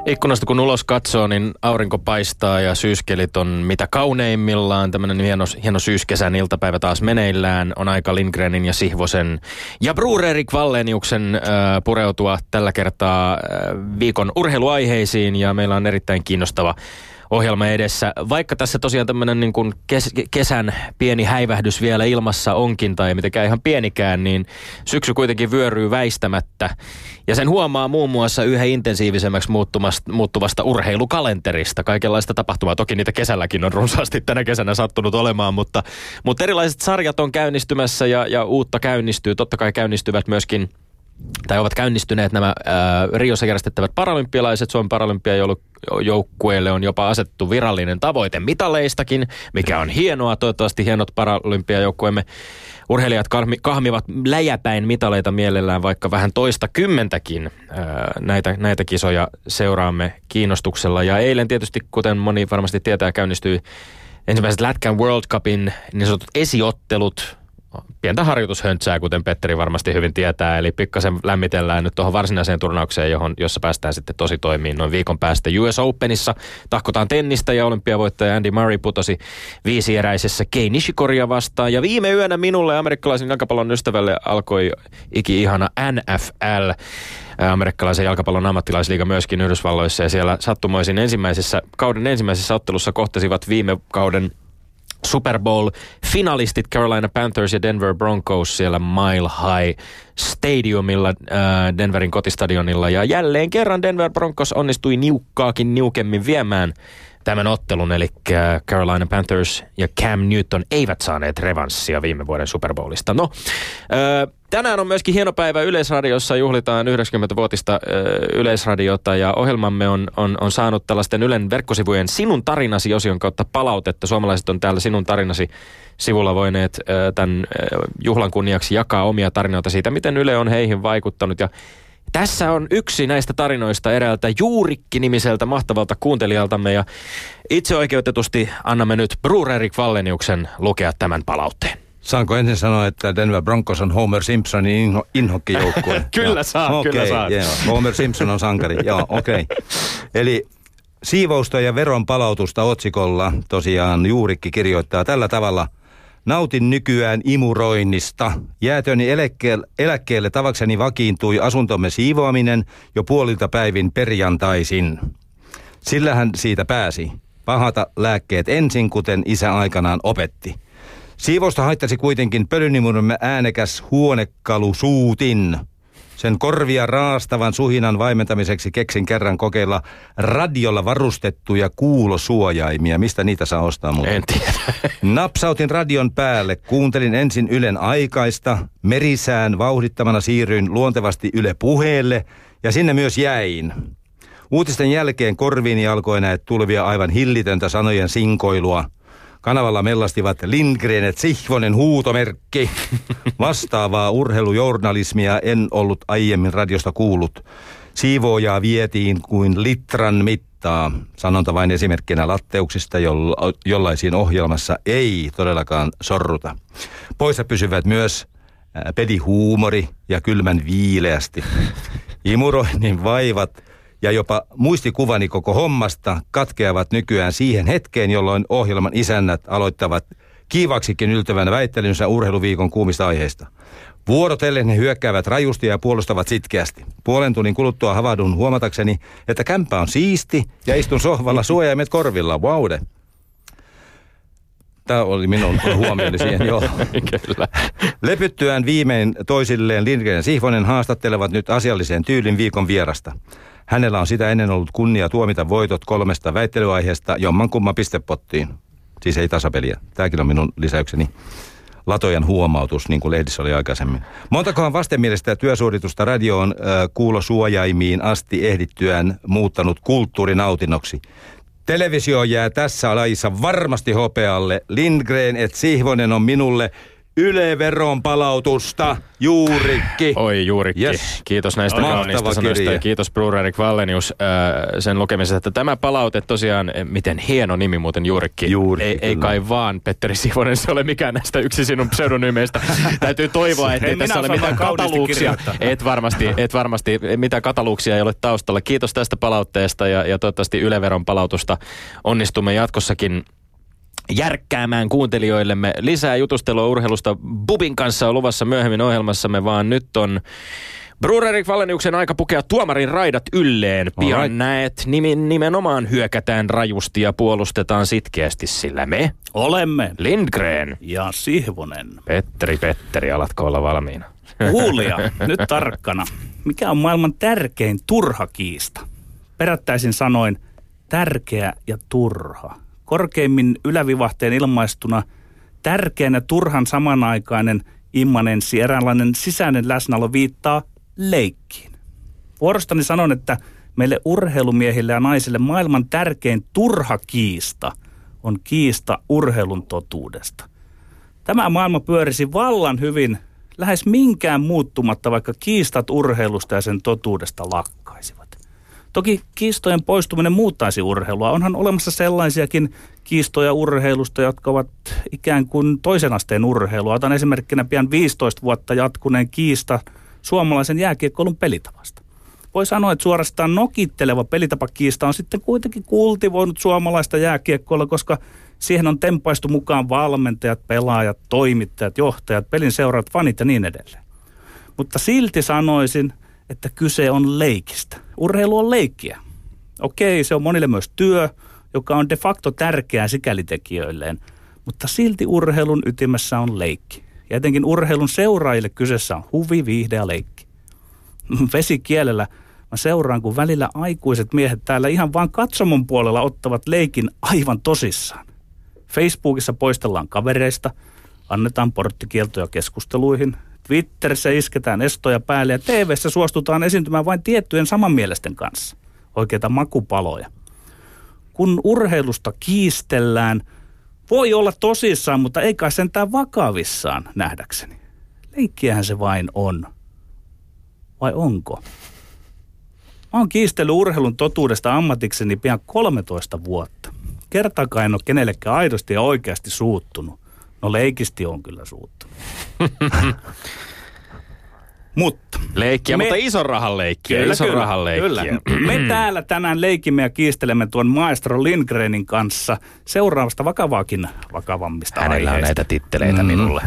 Ikkunasta kun ulos katsoo, niin aurinko paistaa ja syyskelit on mitä kauneimmillaan. Tämmöinen hieno syyskesän iltapäivä taas meneillään. On aika Lindgrenin ja Sihvosen ja Bror-Erik Walleniuksen pureutua tällä kertaa viikon urheiluaiheisiin. Ja meillä on erittäin kiinnostava ohjelma edessä. Vaikka tässä tosiaan tämmöinen niin kuin kesän pieni häivähdys vielä ilmassa onkin, tai mitenkään ihan pienikään, niin syksy kuitenkin vyöryy väistämättä. Ja sen huomaa muun muassa yhä intensiivisemmäksi muuttuvasta urheilukalenterista. Kaikenlaista tapahtumaa. Toki niitä kesälläkin on runsaasti tänä kesänä sattunut olemaan, mutta erilaiset sarjat on käynnistymässä ja uutta käynnistyy. Totta kai käynnistyvät myöskin, tai ovat käynnistyneet nämä Riossa järjestettävät paralympialaiset. Suomen paralympiajoukkueelle on jopa asetettu virallinen tavoite mitaleistakin, mikä on hienoa. Toivottavasti hienot paralympiajoukkueemme urheilijat kahmivat läjäpäin mitaleita mielellään, vaikka vähän toista kymmentäkin. Näitä kisoja seuraamme kiinnostuksella. Ja eilen tietysti, kuten moni varmasti tietää, käynnistyi ensimmäiset Lätkän World Cupin niin sanotut esiottelut. Pientä harjoitushöntsää, kuten Petteri varmasti hyvin tietää, eli pikkasen lämmitellään nyt tuohon varsinaiseen turnaukseen, jossa päästään sitten tosi toimiin noin viikon päästä. US Openissa tahkotaan tennistä ja olympiavoittaja Andy Murray putosi 5-eräisessä Kei Nishikoria vastaan. Ja viime yönä minulle amerikkalaisen jalkapallon ystävälle alkoi iki-ihana NFL, amerikkalaisen jalkapallon ammattilaisliiga myöskin Yhdysvalloissa, ja siellä sattumoisin kauden ensimmäisessä ottelussa kohtasivat viime kauden Super Bowl-finalistit Carolina Panthers ja Denver Broncos siellä Mile High Stadiumilla, Denverin kotistadionilla. Ja jälleen kerran Denver Broncos onnistui niukemmin viemään tämän ottelun, eli Carolina Panthers ja Cam Newton eivät saaneet revanssia viime vuoden Super Bowlista. No, tänään on myöskin hieno päivä Yleisradiossa, juhlitaan 90-vuotista Yleisradiota, ja ohjelmamme on saanut tällaisten Ylen verkkosivujen Sinun tarinasi -osion kautta palautetta. Suomalaiset on täällä Sinun tarinasi -sivulla voineet tämän juhlan kunniaksi jakaa omia tarinoita siitä, miten Yle on heihin vaikuttanut, ja tässä on yksi näistä tarinoista eräältä Juurikki-nimiseltä mahtavalta kuuntelijaltamme, ja itse oikeutetusti annamme nyt Bror-Erik Walleniuksen lukea tämän palautteen. Saanko ensin sanoa, että Denver Broncos on Homer Simpsonin inhokkijoukkue? Kyllä saa, kyllä saa. Yeah. Homer Simpson on sankari, joo, okei. Eli siivousta ja veron palautusta otsikolla tosiaan Juurikki kirjoittaa tällä tavalla: nautin nykyään imuroinnista. Jäätöni eläkkeelle tavakseni vakiintui asuntomme siivoaminen jo puolilta päivin perjantaisin. Sillähän siitä pääsi. Pahata lääkkeet ensin, kuten isä aikanaan opetti. Siivousta haittasi kuitenkin pölynimurumme äänekäs huonekalusuutin. Sen korvia raastavan suhinan vaimentamiseksi keksin kerran kokeilla radiolla varustettuja kuulosuojaimia. Mistä niitä saa ostaa muuten? En tiedä. Napsautin radion päälle, kuuntelin ensin Ylen aikaista, merisään vauhdittamana siirryin luontevasti Yle Puheelle ja sinne myös jäin. Uutisten jälkeen korviini alkoi näet tulvia aivan hillitöntä sanojen sinkoilua. Kanavalla mellastivat Lindgren et Sihvonen huutomerkki. Vastaavaa urheilujournalismia en ollut aiemmin radiosta kuullut. Siivoojaa vietiin kuin litran mittaa. Sanonta vain esimerkkinä latteuksista, jollaisiin ohjelmassa ei todellakaan sorruta. Poissa pysyvät myös pelihuumori ja kylmän viileästi. Imuroinnin vaivat ja jopa muistikuvani koko hommasta katkeavat nykyään siihen hetkeen, jolloin ohjelman isännät aloittavat kiivaksikin yltävän väittelynsä urheiluviikon kuumista aiheista. Vuorotellen he hyökkäävät rajusti ja puolustavat sitkeästi. Puolen tunnin kuluttua havahdun huomatakseni, että kämppä on siisti ja istun sohvalla suojaimet korvilla. Vaude. Tämä oli minun huomioni siihen, joo. Kyllä. Lepyttyään viimein toisilleen Lindgren ja Sihvonen haastattelevat nyt asialliseen tyylin viikon vierasta. Hänellä on sitä ennen ollut kunnia tuomita voitot 3 väittelyaiheesta jommankumman pistepottiin. Siis ei tasapeliä. Tämäkin on minun lisäykseni. Latojan huomautus, niin kuin lehdissä oli aikaisemmin. Montakohan vastenmielistä työsuoritusta radio on kuulosuojaimiin asti ehdittyään muuttanut kulttuurinautinnoksi. Televisio jää tässä lajissa varmasti hopealle. Lindgren et Sihvonen on minulle Yle-veron palautusta, Juurikki. Oi Juurikki, yes. Kiitos näistä kauniista sanoista ja kiitos Bruur-Erik Wallenius sen lukemisesta. Tämä palaute tosiaan, miten hieno nimi muuten Juurikki. Ei kai vaan Petteri Sihvonen, se ole mikään näistä yksi sinun pseudonyymeistä. Täytyy toivoa, ettei tässä ole mitään kataluuksia. Et varmasti, mitään kataluuksia ei ole taustalla. Kiitos tästä palautteesta ja toivottavasti Yle-veron palautusta onnistumme jatkossakin järkkäämään kuuntelijoillemme. Lisää jutustelua urheilusta Bubin kanssa on luvassa myöhemmin ohjelmassamme, vaan nyt on Bruur-Erik Walleniuksen aika pukea tuomarin raidat ylleen. Pian näet, nimenomaan hyökätään rajusti ja puolustetaan sitkeästi, sillä me olemme Lindgren ja Sihvonen. Petteri, alatko olla valmiina? Kuulija, nyt tarkkana. Mikä on maailman tärkein turha kiista? Perättäisin sanoin tärkeä ja turha. Korkeimmin ylävivahteen ilmaistuna tärkeän ja turhan samanaikainen immanenssi, eräänlainen sisäinen läsnäolo viittaa leikkiin. Vuorostani sanon, että meille urheilumiehille ja naisille maailman tärkein turha kiista on kiista urheilun totuudesta. Tämä maailma pyörisi vallan hyvin lähes minkään muuttumatta, vaikka kiistat urheilusta ja sen totuudesta lakkaisivat. Toki kiistojen poistuminen muuttaisi urheilua. Onhan olemassa sellaisiakin kiistoja urheilusta, jotka ovat ikään kuin toisen asteen urheilua. Otan esimerkkinä pian 15 vuotta jatkuneen kiista suomalaisen jääkiekkoilun pelitavasta. Voi sanoa, että suorastaan nokitteleva pelitapakiista on sitten kuitenkin kultivoinut suomalaista jääkiekkoilla, koska siihen on tempaistu mukaan valmentajat, pelaajat, toimittajat, johtajat, pelin seuraajat, fanit ja niin edelleen. Mutta silti sanoisin, että kyse on leikistä. Urheilu on leikkiä. Okei, se on monille myös työ, joka on de facto tärkeää sikäli-tekijöilleen, mutta silti urheilun ytimessä on leikki. Ja etenkin urheilun seuraajille kyseessä on huvi, viihde ja leikki. Vesikielellä mä seuraan, kun välillä aikuiset miehet täällä ihan vaan katsomon puolella ottavat leikin aivan tosissaan. Facebookissa poistellaan kavereista, annetaan porttikieltoja keskusteluihin, Twitterissä isketään estoja päälle ja TV:ssä suostutaan esiintymään vain tiettyjen samanmielisten kanssa. Oikeita makupaloja. Kun urheilusta kiistellään, voi olla tosissaan, mutta ei kai sentään vakavissaan nähdäkseni. Leikkiähän se vain on. Vai onko? Mä oon kiistellyt urheilun totuudesta ammatikseni pian 13 vuotta. Kertaakaan en ole kenellekään aidosti ja oikeasti suuttunut. No leikisti on kyllä suuttunut. Mutta ison rahan leikkiä. Kyllä. Me täällä tänään leikimme ja kiistelemme tuon maestro Lindgrenin kanssa seuraavasta vakavammista Hänellä aiheista. On näitä titteleitä minulle.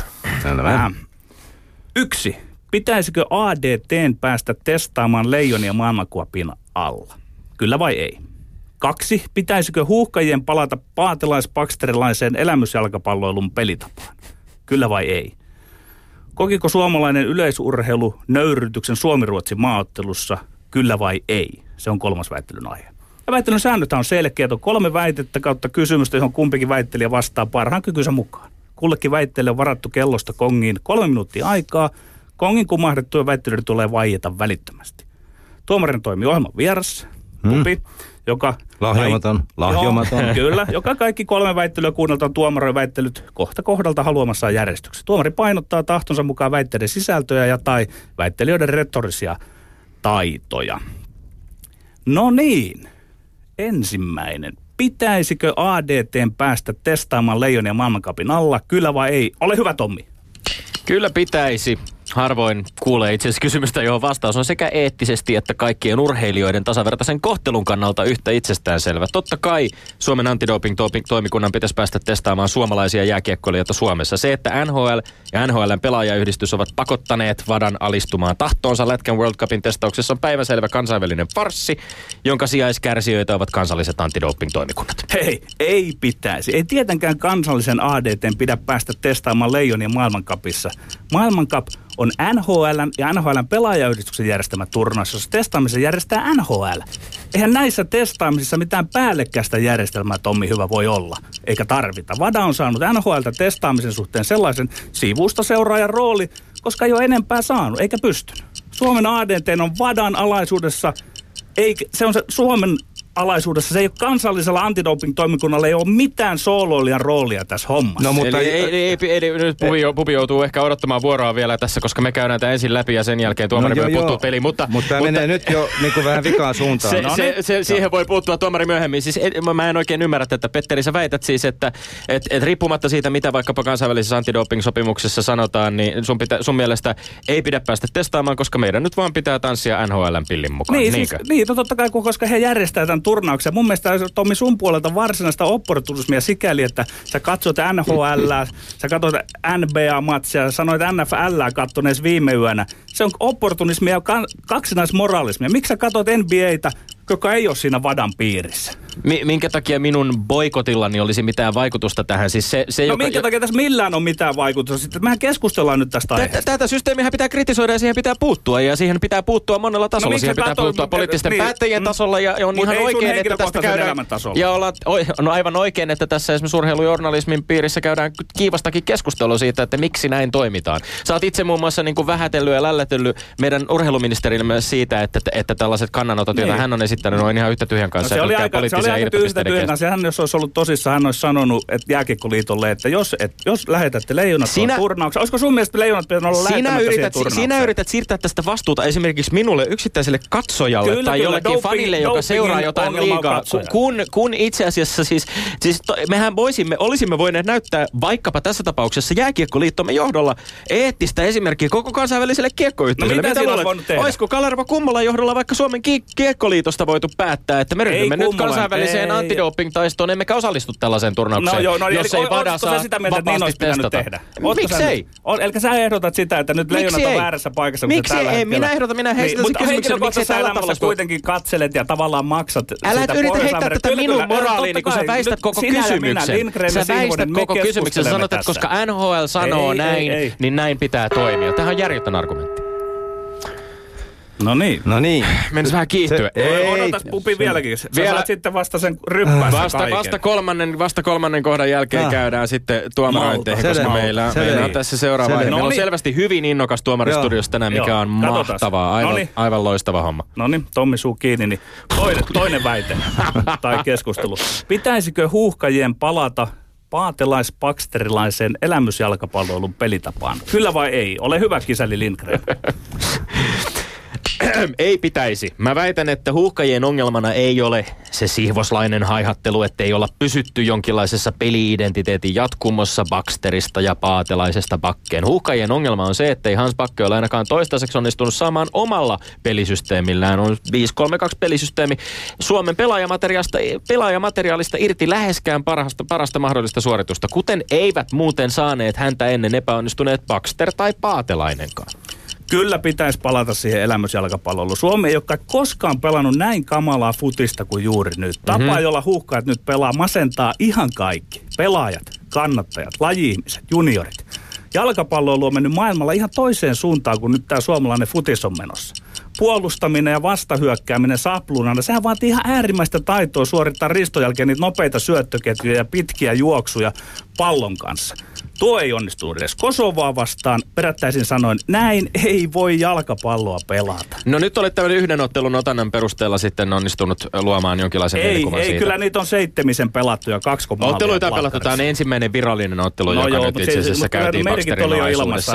1. Pitäisikö ADT:n päästä testaamaan leijonia maailmankupin alla? Kyllä vai ei? 2. Pitäisikö huuhkajien palata paatilais-paksterilaiseen elämysjalkapalloilun pelitapaan? Kyllä vai ei? Kokiko suomalainen yleisurheilu nöyrytyksen Suomi-Ruotsin maaottelussa? Kyllä vai ei? Se on 3. väittelyn aihe. Ja väittelyn säännöt on selkeät. On 3 väitettä kautta kysymystä, johon kumpikin väittelijä vastaa parhaan kykynsä mukaan. Kullekin väittelijälle on varattu kellosta kongiin 3 minuuttia aikaa. Kongin kumahdettua väittelyiden tulee vaieta välittömästi. Tuomarin toimii ohjelman vieras, Pupi, joka... Lahjomaton. Joo, kyllä, joka kaikki 3 väittelyä kuunneltaan tuomarin väittelyt kohta kohdalta haluamassaan järjestyksessä. Tuomari painottaa tahtonsa mukaan väitteiden sisältöjä ja tai väittelijöiden retorisia taitoja. No niin, ensimmäinen. Pitäisikö ADT:n päästä testaamaan leijonia maailmancupin alla? Kyllä vai ei? Ole hyvä, Tommi. Kyllä pitäisi. Harvoin kuulee itse asiassa kysymystä, johon vastaus on sekä eettisesti että kaikkien urheilijoiden tasavertaisen kohtelun kannalta yhtä itsestäänselvä. Totta kai Suomen antidoping-toimikunnan pitäisi päästä testaamaan suomalaisia jääkiekkoilijoita Suomessa. Se, että NHL ja NHL:n pelaajayhdistys ovat pakottaneet VADAn alistumaan tahtoonsa Lätkän World Cupin testauksessa on päivänselvä kansainvälinen farssi, jonka sijaiskärsijöitä ovat kansalliset antidoping-toimikunnat. Hei, ei pitäisi. Ei tietenkään kansallisen ADT:n pidä päästä testaamaan leijonia maailmancupissa. Maailmancup on NHL:n ja NHL:n pelaajayhdistyksen järjestämä turnaus, jossa testaamisen järjestää NHL. Eihän näissä testaamisissa mitään päällekkäistä järjestelmää, Tommi, hyvä voi olla, eikä tarvita. VADA on saanut NHL:tä testaamisen suhteen sellaisen sivusta seuraajan rooli, koska ei ole enempää saanut, eikä pystynyt. Suomen ADT on VADAn alaisuudessa, se on se Suomen alaisuudessa. Se ei ole kansallisella antidoping-toimikunnalla, ei ole mitään sooloilijan roolia tässä hommassa. No, mutta nyt Pupi joutuu ehkä odottamaan vuoroa vielä tässä, koska me käydään tämän ensin läpi ja sen jälkeen tuomari voi puuttua peliin. Mutta tämä menee nyt jo niin kuin vähän vikaan suuntaan. Siihen voi puuttua tuomari myöhemmin. Siis mä en oikein ymmärrä tätä. Petteri, sä väität siis, että riippumatta siitä, mitä vaikkapa kansainvälisessä antidoping-sopimuksessa sanotaan, niin sun mielestä ei pidä päästä testaamaan, koska meidän nyt vaan pitää tanssia NHL:n pillin mukaan. Niin, totta kai, koska he järjestää tämän turnauksen. Mun mielestä Tommi sun puolelta varsinaista opportunismia sikäli, että sä katsot NHL:ää, sä katsot NBA-matsia, sanoit NFL:ää kattonees viime yönä. Se on opportunismia ja kaksinaismoralismia. Miksi sä katsot NBA:tä, joka ei ole siinä vadan piirissä? Minkä takia minun boikotillani olisi mitään vaikutusta tähän? Siis minkä takia tässä millään on mitään vaikutusta? Sitten mehän keskustellaan nyt tästä aiheesta. Tätä systeemiä pitää kritisoida ja siihen pitää puuttua. Ja siihen pitää puuttua monella tasolla. Siihen pitää puuttua poliittisten päättäjien tasolla. Ja on ihan oikein, että tästä käydään. Ja on aivan oikein, että tässä esimerkiksi urheilujournalismin piirissä käydään kiivastakin keskustelua siitä, että miksi näin toimitaan. Sä oot itse muun muassa niin kuin vähätellyt ja lällätellyt meidän urheiluministerille myös siitä, että tällaiset kannanotot, joita hän on esittänyt, on ihan yhtä tyhjän kanssa. Se oli aika tyhjän kanssa. Hän, jos olisi ollut tosissaan, hän olisi sanonut että Jääkiekkoliitolle, että jos lähetätte Leijonat turnaukseen, olisiko sun mielestä Leijonat pitänyt olla lähettämättä siihen turnaukseen? Sinä yrität siirtää tästä vastuuta esimerkiksi minulle yksittäiselle katsojalle tai jollekin fanille, joka seuraa jotain liigaa. Kun itse asiassa mehän olisimme voineet näyttää vaikkapa tässä tapauksessa Jääkiekkoliittomme johdolla eettistä esimerkkiä koko kansainväliselle kiekkoyhteisölle. Mitä siinä olisi voinut tehdä? Olisiko Kalervo Kummolan johdolla vaikka Suomen Kiekkoliitosta voitu päättää, että me ryhdymme nyt kansainväliseen antidoping-taistoon, emmekä osallistu tällaiseen turnaukseen, jos ei VADA saa vapaasti testata. Miksei? Eli sä ehdotat sitä, että nyt Leijonat on väärässä paikassa. Miksi ei? Minä ehdotan, minä heistän sen kysymyksen, miksi tällä tavalla kuitenkin katselet ja tavallaan maksat. Älä yritä heittää tätä minun moraaliini, kun sä väistät koko kysymyksen. Sä väistät koko kysymyksen. Sä sanot, että koska NHL sanoo näin, niin näin pitää toimia. Tämähän on järjetön argumentti. No niin. Mennäis vähän kiihtyä. Odotas Pupi vieläkin. Sä saat sitten vasta sen ryppäässä Vasta kolmannen kohdan jälkeen käydään sitten tuomarointeihin, koska meillä on tässä seuraava aihe. Meillä on selvästi hyvin innokas tuomaristudiossa tänään, mikä on mahtavaa. Aivan loistava homma. No niin, Tommi suu kiinni. Niin toinen väite tai keskustelu. Pitäisikö huuhkajien palata paatelais-paksterilaiseen elämysjalkapalloilun pelitapaan? Kyllä vai ei? Ole hyvä, Kisälli Lindgren. Ei pitäisi. Mä väitän, että huuhkajien ongelmana ei ole se sihvoslainen haihattelu, ettei olla pysytty jonkinlaisessa peli-identiteetin jatkumossa Baxterista ja Paatelaisesta Bakkeen. Huuhkajien ongelma on se, ettei Hans Bakke ole ainakaan toistaiseksi onnistunut saamaan omalla pelisysteemillään. On 5-3-2 pelisysteemi Suomen pelaajamateriaalista irti läheskään parasta mahdollista suoritusta, kuten eivät muuten saaneet häntä ennen epäonnistuneet Baxter tai Paatelainenkaan. Kyllä pitäisi palata siihen elämysjalkapalloon. Suomi ei ole koskaan pelannut näin kamalaa futista kuin juuri nyt. Tapa, jolla huuhkajat nyt pelaa, masentaa ihan kaikki. Pelaajat, kannattajat, laji-ihmiset, juniorit. Jalkapalloilu on mennyt maailmalla ihan toiseen suuntaan kuin nyt tämä suomalainen futis on menossa. Puolustaminen ja vastahyökkääminen saplunana, sehän vaatii ihan äärimmäistä taitoa suorittaa riston jälkeen niitä nopeita syöttöketjuja ja pitkiä juoksuja pallon kanssa. Tuo ei onnistunut edes Kosovaa vastaan. Perättäisin sanoen, näin ei voi jalkapalloa pelata. No nyt olet tämmöinen yhden ottelun otannan perusteella sitten onnistunut luomaan jonkinlaisen mielikuvan siitä. Ei, kyllä niitä on 7 pelattu ja 2 maalia. Otteluita on pelattu. Tämä on ensimmäinen virallinen ottelu, joka nyt itse asiassa käytiin Baxterin alaisuudessa.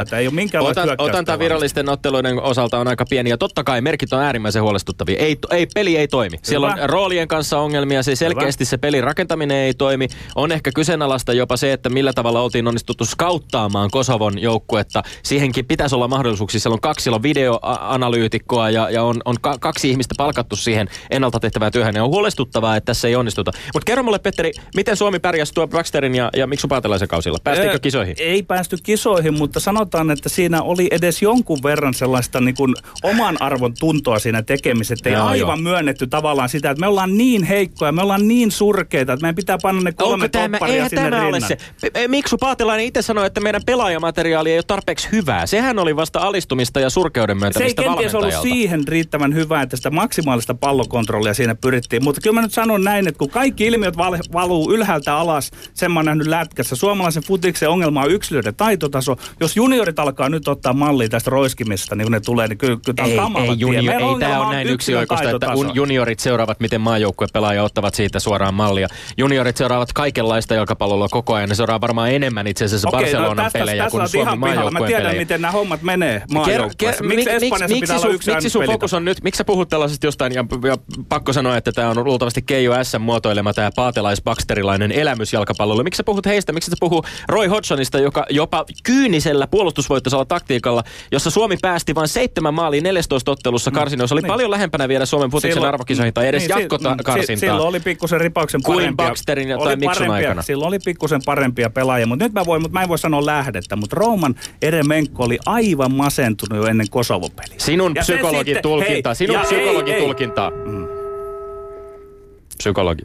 Otanta virallisten otteluiden osalta on aika pieni ja totta kai merkit on äärimmäisen huolestuttavia. Peli ei toimi. Siellä on roolien kanssa ongelmia, se selkeästi se pelin rakentaminen ei toimi. On ehkä kyseenalaista jopa se, että millä tavalla oltiin onnistuttu skauttaamaan Kosovon joukkuetta. Siihenkin pitäisi olla mahdollisuuksia. Siellä on videoanalyytikkoa ja on 2 ihmistä palkattu siihen ennalta tehtävään työhön. Ja on huolestuttavaa, että tässä ei onnistuta. Mutta kerro mulle, Petteri, miten Suomi pärjäsi tuo Baxterin ja Miksu Paatelaisen kausilla? Päästikö kisoihin? Ei päästy kisoihin, mutta sanotaan, että siinä oli edes jonkun verran sellaista niin kuin oman arvon tuntoa siinä tekemisessä. Ei aivan myönnetty tavallaan sitä, että me ollaan niin heikkoja, me ollaan niin surkeita, että meidän pitää panna ne 3 topparia sinne rinnan. Ole se. Miksu Paatelainen itse sanoi, että meidän pelaajamateriaali ei ole tarpeeksi hyvää. Sehän oli vasta alistumista ja surkeuden myöntämistä valmentajalta. Se ei kenties ollut siihen riittävän hyvää, että sitä maksimaalista pallokontrollia siinä pyrittiin. Mutta kyllä mä nyt sanon näin, että kun kaikki ilmiöt valuu ylhäältä alas, sen mä oon nähnyt lätkässä. Suomalaisen futiksen ongelma on yksilöiden taitotaso. Jos juniorit alkaa nyt ottaa mallia tästä roiskimisesta, niin kun ne tulee, niin kyllä tämä on kamala Ei tämä ole näin yksioikoista, että juniorit seuraavat, miten maajoukkuepelaaja ottavat siitä suoraan mallia. Juniorit seuraavat kaikenlaista jalkapallolla koko ajan. Ne seuraa varmaan enemmän itse asiassa Barcelonan pelejä kuin Suomen maajoukkueen pelejä. Mä tiedän, miten nämä hommat menee maajoukkueessa. Miksi Espanjassa pitää olla yksi miksi sun fokus on nyt, miksi sä puhut tällaisesta jostain, ja pakko sanoa, että tämä on luultavasti Keijo S. muotoilema tämä paatelais-baksterilainen elämys jalkapallolla. Miksi sä puhut heistä? Miksi sä puhuu Roy Hodgsonista, joka jopa kyynisellä puolustusvoittoisella taktiikalla, jossa Suomi päästi vain 7 maalia 14 ottelussa karsinoissa. Oli paljon lähempänä vielä Suomen futiksen arvokisoihin tai edes jatkokarsintaa. Silloin oli pikkusen ripauksen parempia. Kuin Baxterin tai Miksun aikana. Silloin oli pikkusen parempia pelaajia, mutta nyt mä en voi sanoa lähdettä, mutta Roman Eremenko oli aivan masentunut jo ennen Kosovo-peliä. Sinun psykologin tulkinta. Tulkinta. Psykologi.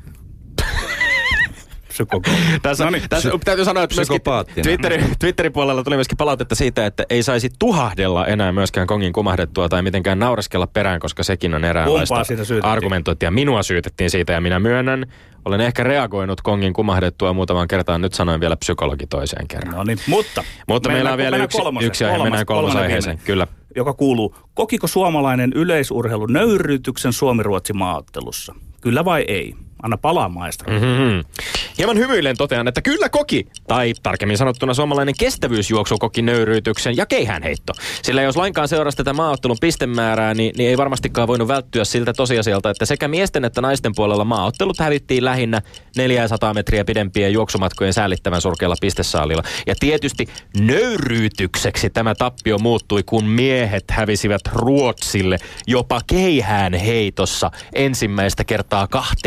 Tässä täytyy sanoa, että Twitterin puolella tuli myöskin palautetta siitä, että ei saisi tuhahdella enää myöskään kongin kumahdettua tai mitenkään naureskella perään, koska sekin on eräänlaista argumentointia. Minua syytettiin siitä ja minä myönnän. Olen ehkä reagoinut kongin kumahdettua muutaman kertaan. Nyt sanoin vielä psykologi toiseen kerran. No niin, mutta meillä on vielä yksi aihe. Mennään kolmas aiheeseen. Kyllä. Joka kuuluu, kokiko suomalainen yleisurheilu nöyryytyksen Suomi-Ruotsi maaottelussa? Kyllä vai ei? Anna palaa, maestro. Hieman hymyillen totean, että kyllä koki, tai tarkemmin sanottuna suomalainen kestävyysjuoksu koki nöyryytyksen ja keihäänheitto. Sillä jos lainkaan seurasi tätä maaottelun pistemäärää, niin ei varmastikaan voinut välttyä siltä tosiasialta, että sekä miesten että naisten puolella maaottelut hävittiin lähinnä 400 metriä pidempien juoksumatkojen säällittävän surkealla pistesaalilla. Ja tietysti nöyryytykseksi tämä tappio muuttui, kun miehet hävisivät Ruotsille jopa keihäänheitossa ensimmäistä kertaa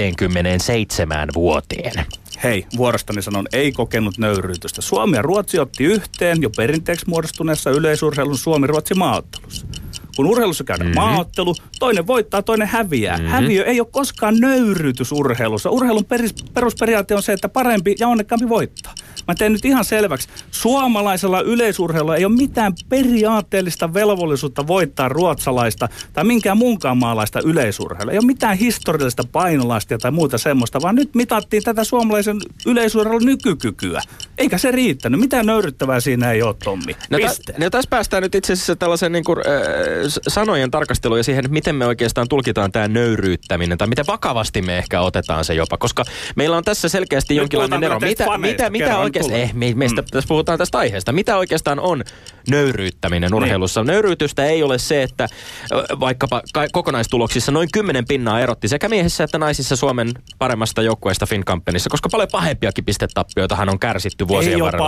27 vuoteen. Hei, vuorostani sanon, ei kokenut nöyryytystä. Suomi ja Ruotsi otti yhteen jo perinteeksi muodostuneessa yleisurheilun Suomi-Ruotsi maaottelussa. Kun urheilussa käydään maaottelu, toinen voittaa, toinen häviää. Häviö ei ole koskaan nöyryytys urheilussa. Urheilun perusperiaate on se, että parempi ja onnekkaampi voittaa. Mä teen nyt ihan selväksi. Suomalaisella yleisurheilulla ei ole mitään periaatteellista velvollisuutta voittaa ruotsalaista tai minkään muunkaan maalaista yleisurheilua. Ei ole mitään historiallista painolastia tai muuta semmoista, vaan nyt mitattiin tätä suomalaisen yleisurheilun nykykykyä. Eikä se riittänyt. Mitään nöyryttävää siinä ei ole, Tommi. No tässä päästään nyt itse asiassa tällaisen niin kuin, sanojen tarkasteluun ja siihen, että miten me oikeastaan tulkitaan tämä nöyryyttäminen tai miten vakavasti me ehkä otetaan se jopa, koska meillä on tässä selkeästi jonkinlainen ero. Mitä oikeastaan, meistä tässä puhutaan tästä aiheesta. Mitä oikeastaan on nöyryyttäminen urheilussa? Niin. Nöyryytystä ei ole se, että vaikkapa kokonaistuloksissa noin 10 pinnaa erotti sekä miehissä että naisissa Suomen paremmasta joukkueesta Finnkampenissa, koska paljon pahempiakin pistetappioitahan on kärsitty vuosien varrella.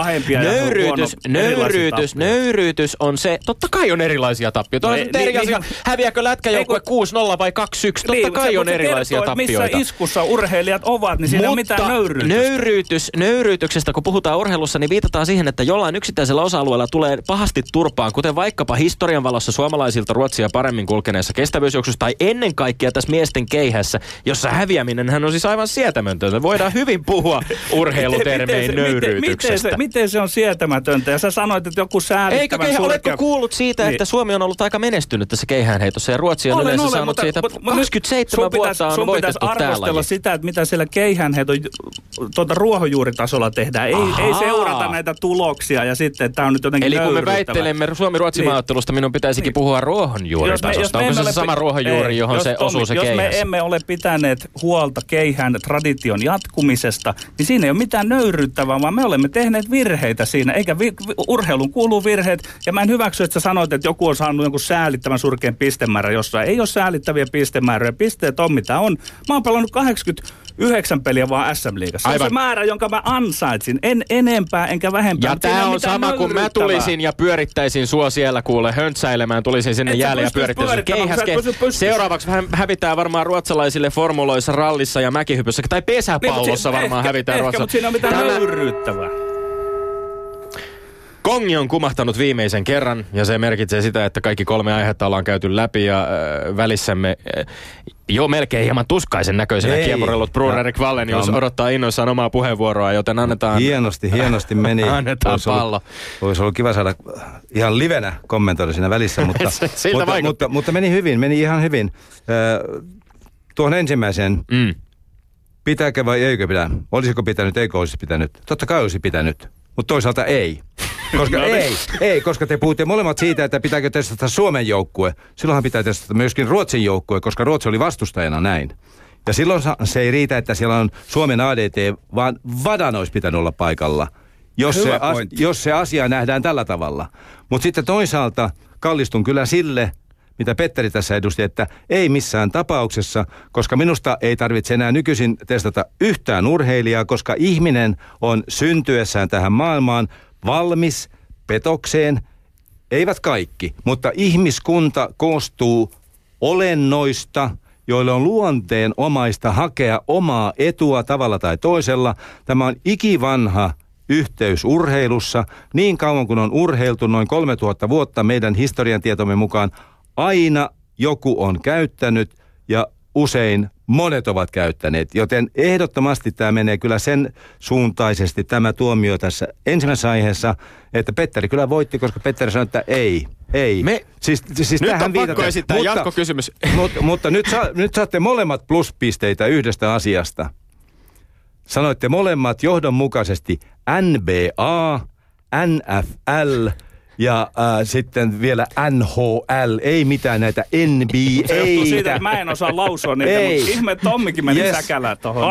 Nöyryytys on se, totta kai on erilaisia tappioita. Häviääkö lätkäjoukkue 6-0 vai 2-1? Totta kai on erilaisia tappioita. Missä iskussa urheilijat ovat, niin siinä ei ole mitään nöyryytystä. Nöyryytyksestä, kun puhutaan urheilussa, niin viitataan siihen, että jollain yksittäisellä osa-alueella tulee pahasti turpaan, kuten vaikkapa historian valossa suomalaisilta Ruotsia paremmin kulkeneessa kestävyysjuoksussa, tai ennen kaikkea tässä miesten keihässä, jossa häviäminenhän on siis aivan sietämätöntä. Voidaan hyvin puhua urheilutermein nöyryytyksestä. Miten se on sietämätöntä? Ja sä sanoit, että joku säälittävän surkea... Oletko kuullut siitä, että Suomi on ollut aika menestynyt tässä keihäänheitossa ja Ruotsi on yleensä saanut siitä 27 vuotta on voitettu täällä. Sun pitäisi arvostella sitä, että mitä siellä keihäänheiton ruohonjuuritasolla tehdään. Ei seurata näitä tuloksia ja sitten tämä on nyt jotenkin eli kun me väittelemme Suomi-Ruotsi-maaottelusta, minun pitäisikin puhua ruohonjuuritasosta. Onko se sama ruohonjuuri, johon se osuu se keihäs? Jos me emme ole pitäneet huolta keihään tradition jatkumisesta, niin siinä ei ole mitään nöyryyttävää, vaan me olemme tehneet virheitä siinä. Eikä urheilun kuuluu virheet. Ja mä en hyväksy, että sä sanoit, että joku on saanut jonkun säälittävän surkean pistemäärän jossain. Ei ole säälittäviä pistemääriä. Pisteet on mitä on. Mä oon pelannut 89 peliä vaan SM-liigassa. Se on se määrä, jonka mä ansaitsin. En enempää enkä vähempää. Ja tää on sama, kun mä tulisin ja pyörittäisin sua siellä kuule höntsäilemään. Tulisin sinne jäälle ja pyörittäisin keihäske. Seuraavaksi hävitään varmaan ruotsalaisille formuloissa, rallissa ja mäkihypyssä. Tai pesäpallossa varmaan hävitään ruotsalaisille. Mutta siinä on mitään nöyryyttävää. Kongi on kumahtanut viimeisen kerran ja se merkitsee sitä, että kaikki 3 aihetta ollaan käyty läpi ja välissämme jo melkein hieman tuskaisen näköisenä kiepurellut Bruun-Erik Wallenius odottaa innoissaan omaa puheenvuoroa, joten annetaan... Hienosti meni. Annetaan pallo. Olisi ollut kiva saada ihan livenä kommentoida siinä välissä, mutta meni ihan hyvin. Tuohon ensimmäiseen, pitääkö vai eikö pitää? Olisiko pitänyt, eikö olisi pitänyt? Totta kai olisi pitänyt, mutta toisaalta ei. Koska koska te puhutte molemmat siitä, että pitääkö testata Suomen joukkue. Silloinhan pitää testata myöskin Ruotsin joukkue, koska Ruotsi oli vastustajana näin. Ja silloin se ei riitä, että siellä on Suomen ADT, vaan Vadan olisi pitänyt olla paikalla, jos se asia nähdään tällä tavalla. Mutta sitten toisaalta kallistun kyllä sille, mitä Petteri tässä edusti, että ei missään tapauksessa, koska minusta ei tarvitse enää nykyisin testata yhtään urheilijaa, koska ihminen on syntyessään tähän maailmaan valmis petokseen. Eivät kaikki, mutta ihmiskunta koostuu olennoista, joille on luonteen omaista hakea omaa etua tavalla tai toisella. Tämä on ikivanha yhteys urheilussa. Niin kauan kun on urheiltu, noin 3000 vuotta meidän historian tietomme mukaan, aina joku on käyttänyt ja usein monet ovat käyttäneet. Joten ehdottomasti tämä menee kyllä sen suuntaisesti tämä tuomio tässä ensimmäisessä aiheessa, että Petteri kyllä voitti, koska Petteri sanoi, että ei. Siis nyt on pakko esittää jatkokysymys. Mutta nyt saatte molemmat pluspisteitä yhdestä asiasta. Sanoitte molemmat johdonmukaisesti NBA, NFL ja sitten vielä NHL, ei mitään näitä NBA. Se johtuu siitä, että mä en osaa lausua niitä, mutta ihme Tommikin meni säkälään tohon.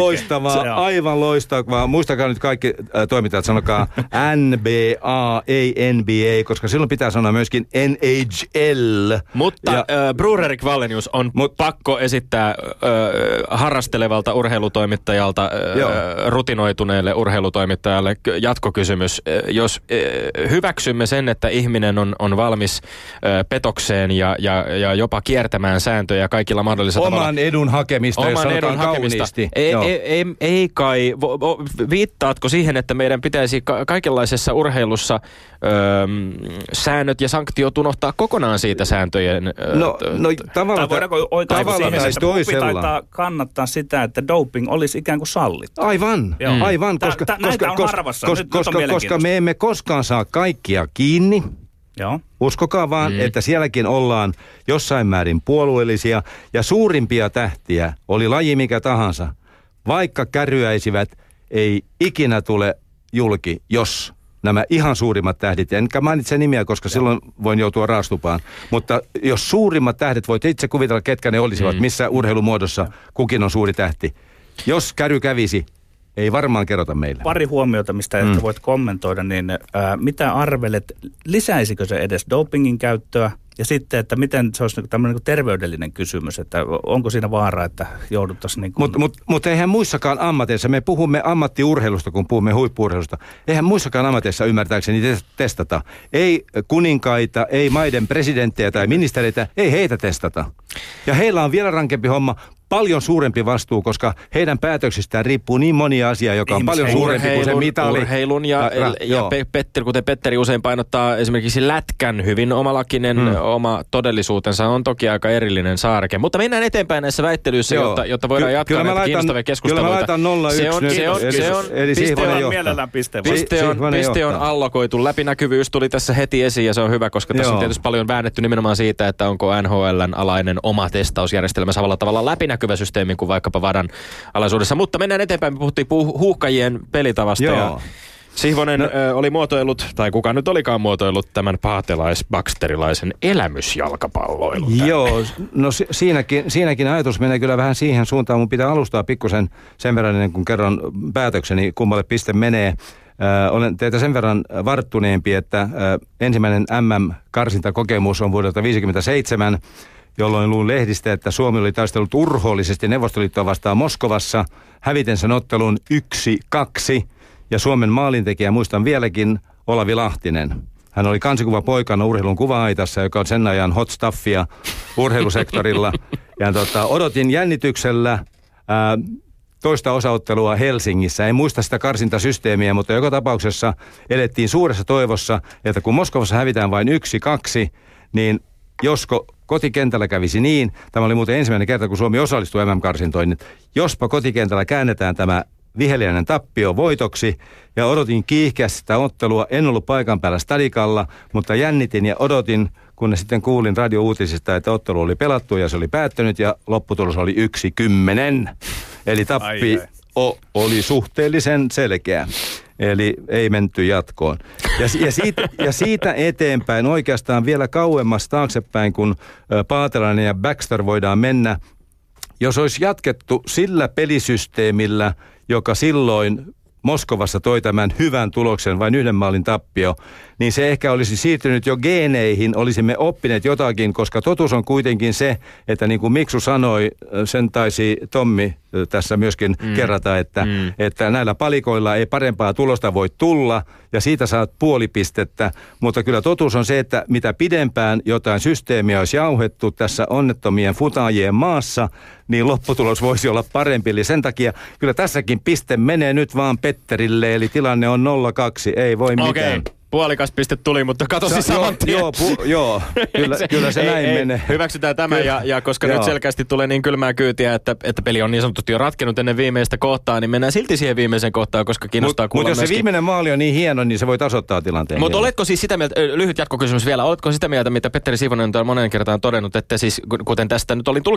Aivan loistavaa. Muistakaa nyt kaikki toimittajat, sanokaa NBA, ei NBA, koska silloin pitää sanoa myöskin NHL. Mutta Brurerik Wallenius on pakko esittää harrastelevalta urheilutoimittajalta, rutinoituneelle urheilutoimittajalle jatkokysymys. Jos hyväksymme sen, että ihminen on valmis petokseen ja jopa kiertämään sääntöjä kaikilla mahdollisilla tavalla. Oman edun hakemista, jos sanotaan kauniisti. Ei kai. Viittaatko siihen, että meidän pitäisi kaikenlaisessa urheilussa säännöt ja sanktiot unohtaa kokonaan siitä sääntöjen? Tavalla tai toisella. Taitaa kannattaa sitä, että doping olisi ikään kuin sallittu. Aivan. Koska me emme koskaan saa kaikkia kiinni. Joo. Uskokaa vaan, että sielläkin ollaan jossain määrin puolueellisia ja suurimpia tähtiä, oli laji mikä tahansa, vaikka kärryäisivät, ei ikinä tule julki, jos nämä ihan suurimmat tähdit, enkä mainitse nimiä, koska silloin voin joutua raastupaan, mutta jos suurimmat tähdet, voit itse kuvitella, ketkä ne olisivat, missä urheilumuodossa kukin on suuri tähti. Jos käry kävisi, ei varmaan kerrota meille. Pari huomiota, mistä ehkä voit kommentoida, niin mitä arvelet, lisäisikö se edes dopingin käyttöä? Ja sitten, että miten se olisi tämmöinen terveydellinen kysymys, että onko siinä vaara, että jouduttaisiin niin kuin... Mutta eihän muissakaan ammateissa, me puhumme ammattiurheilusta, kun puhumme huippu-urheilusta, eihän muissakaan ammateissa ymmärtääkseni testata. Ei kuninkaita, ei maiden presidenttejä tai ministereitä, ei heitä testata. Ja heillä on vielä rankempi homma, paljon suurempi vastuu, koska heidän päätöksistään riippuu niin monia asiaa, joka on paljon suurempi kuin se mitali. Urheilun ja kuten Petteri usein painottaa, esimerkiksi lätkän hyvin omalakinen oma todellisuutensa on toki aika erillinen saareke. Mutta mennään eteenpäin näissä väittelyissä, jotta voidaan jatkaa näitä kiinnostavia keskusteluita. Kyllä mä laitan 0-1. Piste on allokoitu. Läpinäkyvyys tuli tässä heti esiin ja se on hyvä, koska tässä on tietysti paljon väännetty nimenomaan siitä, että onko NHL:n alainen oma testausjärjestelmä samalla tavalla läpinäkyvä systeemi kuin vaikkapa Vadan alaisuudessa. Mutta mennään eteenpäin. Me puhuttiin huuhkajien pelitavasta ja Sihvonen oli muotoillut, tai kuka nyt olikaan muotoillut tämän paatelais-baksterilaisen elämysjalkapalloilun. Joo, no siinäkin ajatus menee kyllä vähän siihen suuntaan. Mun pitää alustaa pikkusen sen verran, ennen kuin kerron päätökseni, kummalle piste menee. Olen teitä sen verran varttuneempi, että ensimmäinen MM-karsintakokemus on vuodelta 1957, jolloin luin lehdistä, että Suomi oli taistellut urhoollisesti Neuvostoliittoa vastaan Moskovassa, häviten sen ottelun 1-2. Ja Suomen maalintekijä, muistan vieläkin, Olavi Lahtinen. Hän oli kansikuva poikana urheilun kuva-aitassa, joka on sen ajan hot stuffia urheilusektorilla. Ja odotin jännityksellä toista osaottelua Helsingissä. En muista sitä karsintasysteemiä, mutta joka tapauksessa elettiin suuressa toivossa, että kun Moskovassa hävitään vain 1-2, niin josko kotikentällä kävisi niin, tämä oli muuten ensimmäinen kerta, kun Suomi osallistui MM-karsintoihin, jospa kotikentällä käännetään tämä viheliäinen tappio voitoksi, ja odotin kiihkeästi sitä ottelua. En ollut paikan päällä stadikalla, mutta jännitin ja odotin, kunnes sitten kuulin radio-uutisista, että ottelu oli pelattu ja se oli päättynyt, ja lopputulos oli 1-10. Eli tappio oli suhteellisen selkeä. Eli ei menty jatkoon. Ja siitä eteenpäin oikeastaan vielä kauemmas taaksepäin, kun Paatelainen ja Baxter voidaan mennä. Jos olisi jatkettu sillä pelisysteemillä, joka silloin Moskovassa toi tämän hyvän tuloksen, vain 1 maalin tappio, niin se ehkä olisi siirtynyt jo geeneihin, olisimme oppineet jotakin, koska totuus on kuitenkin se, että niin kuin Miksu sanoi, sen taisi Tommi tässä myöskin kerrata, että näillä palikoilla ei parempaa tulosta voi tulla, ja siitä saat puoli pistettä, mutta kyllä totuus on se, että mitä pidempään jotain systeemiä olisi jauhettu tässä onnettomien futaajien maassa, niin lopputulos voisi olla parempi. Eli sen takia kyllä tässäkin piste menee nyt vaan Petterille, eli tilanne on 0-2, ei voi mitään. Okei. Puolikas piste tuli, mutta katosi saman tien. Joo, kyllä se näin menee. Hyväksytään tämä, ja koska nyt selkeästi tulee niin kylmää kyytiä, että peli on niin sanotusti jo ratkennut ennen viimeistä kohtaa, niin mennään silti siihen viimeiseen kohtaan, koska kiinnostaa kuulla Mutta jos se viimeinen maali on niin hieno, niin se voi tasoittaa tilanteen. Mutta oletko siis sitä mieltä, lyhyt jatkokysymys vielä, oletko sitä mieltä, mitä Petteri Siivonen on moneen kertaan todennut, että siis kuten tästä nyt olin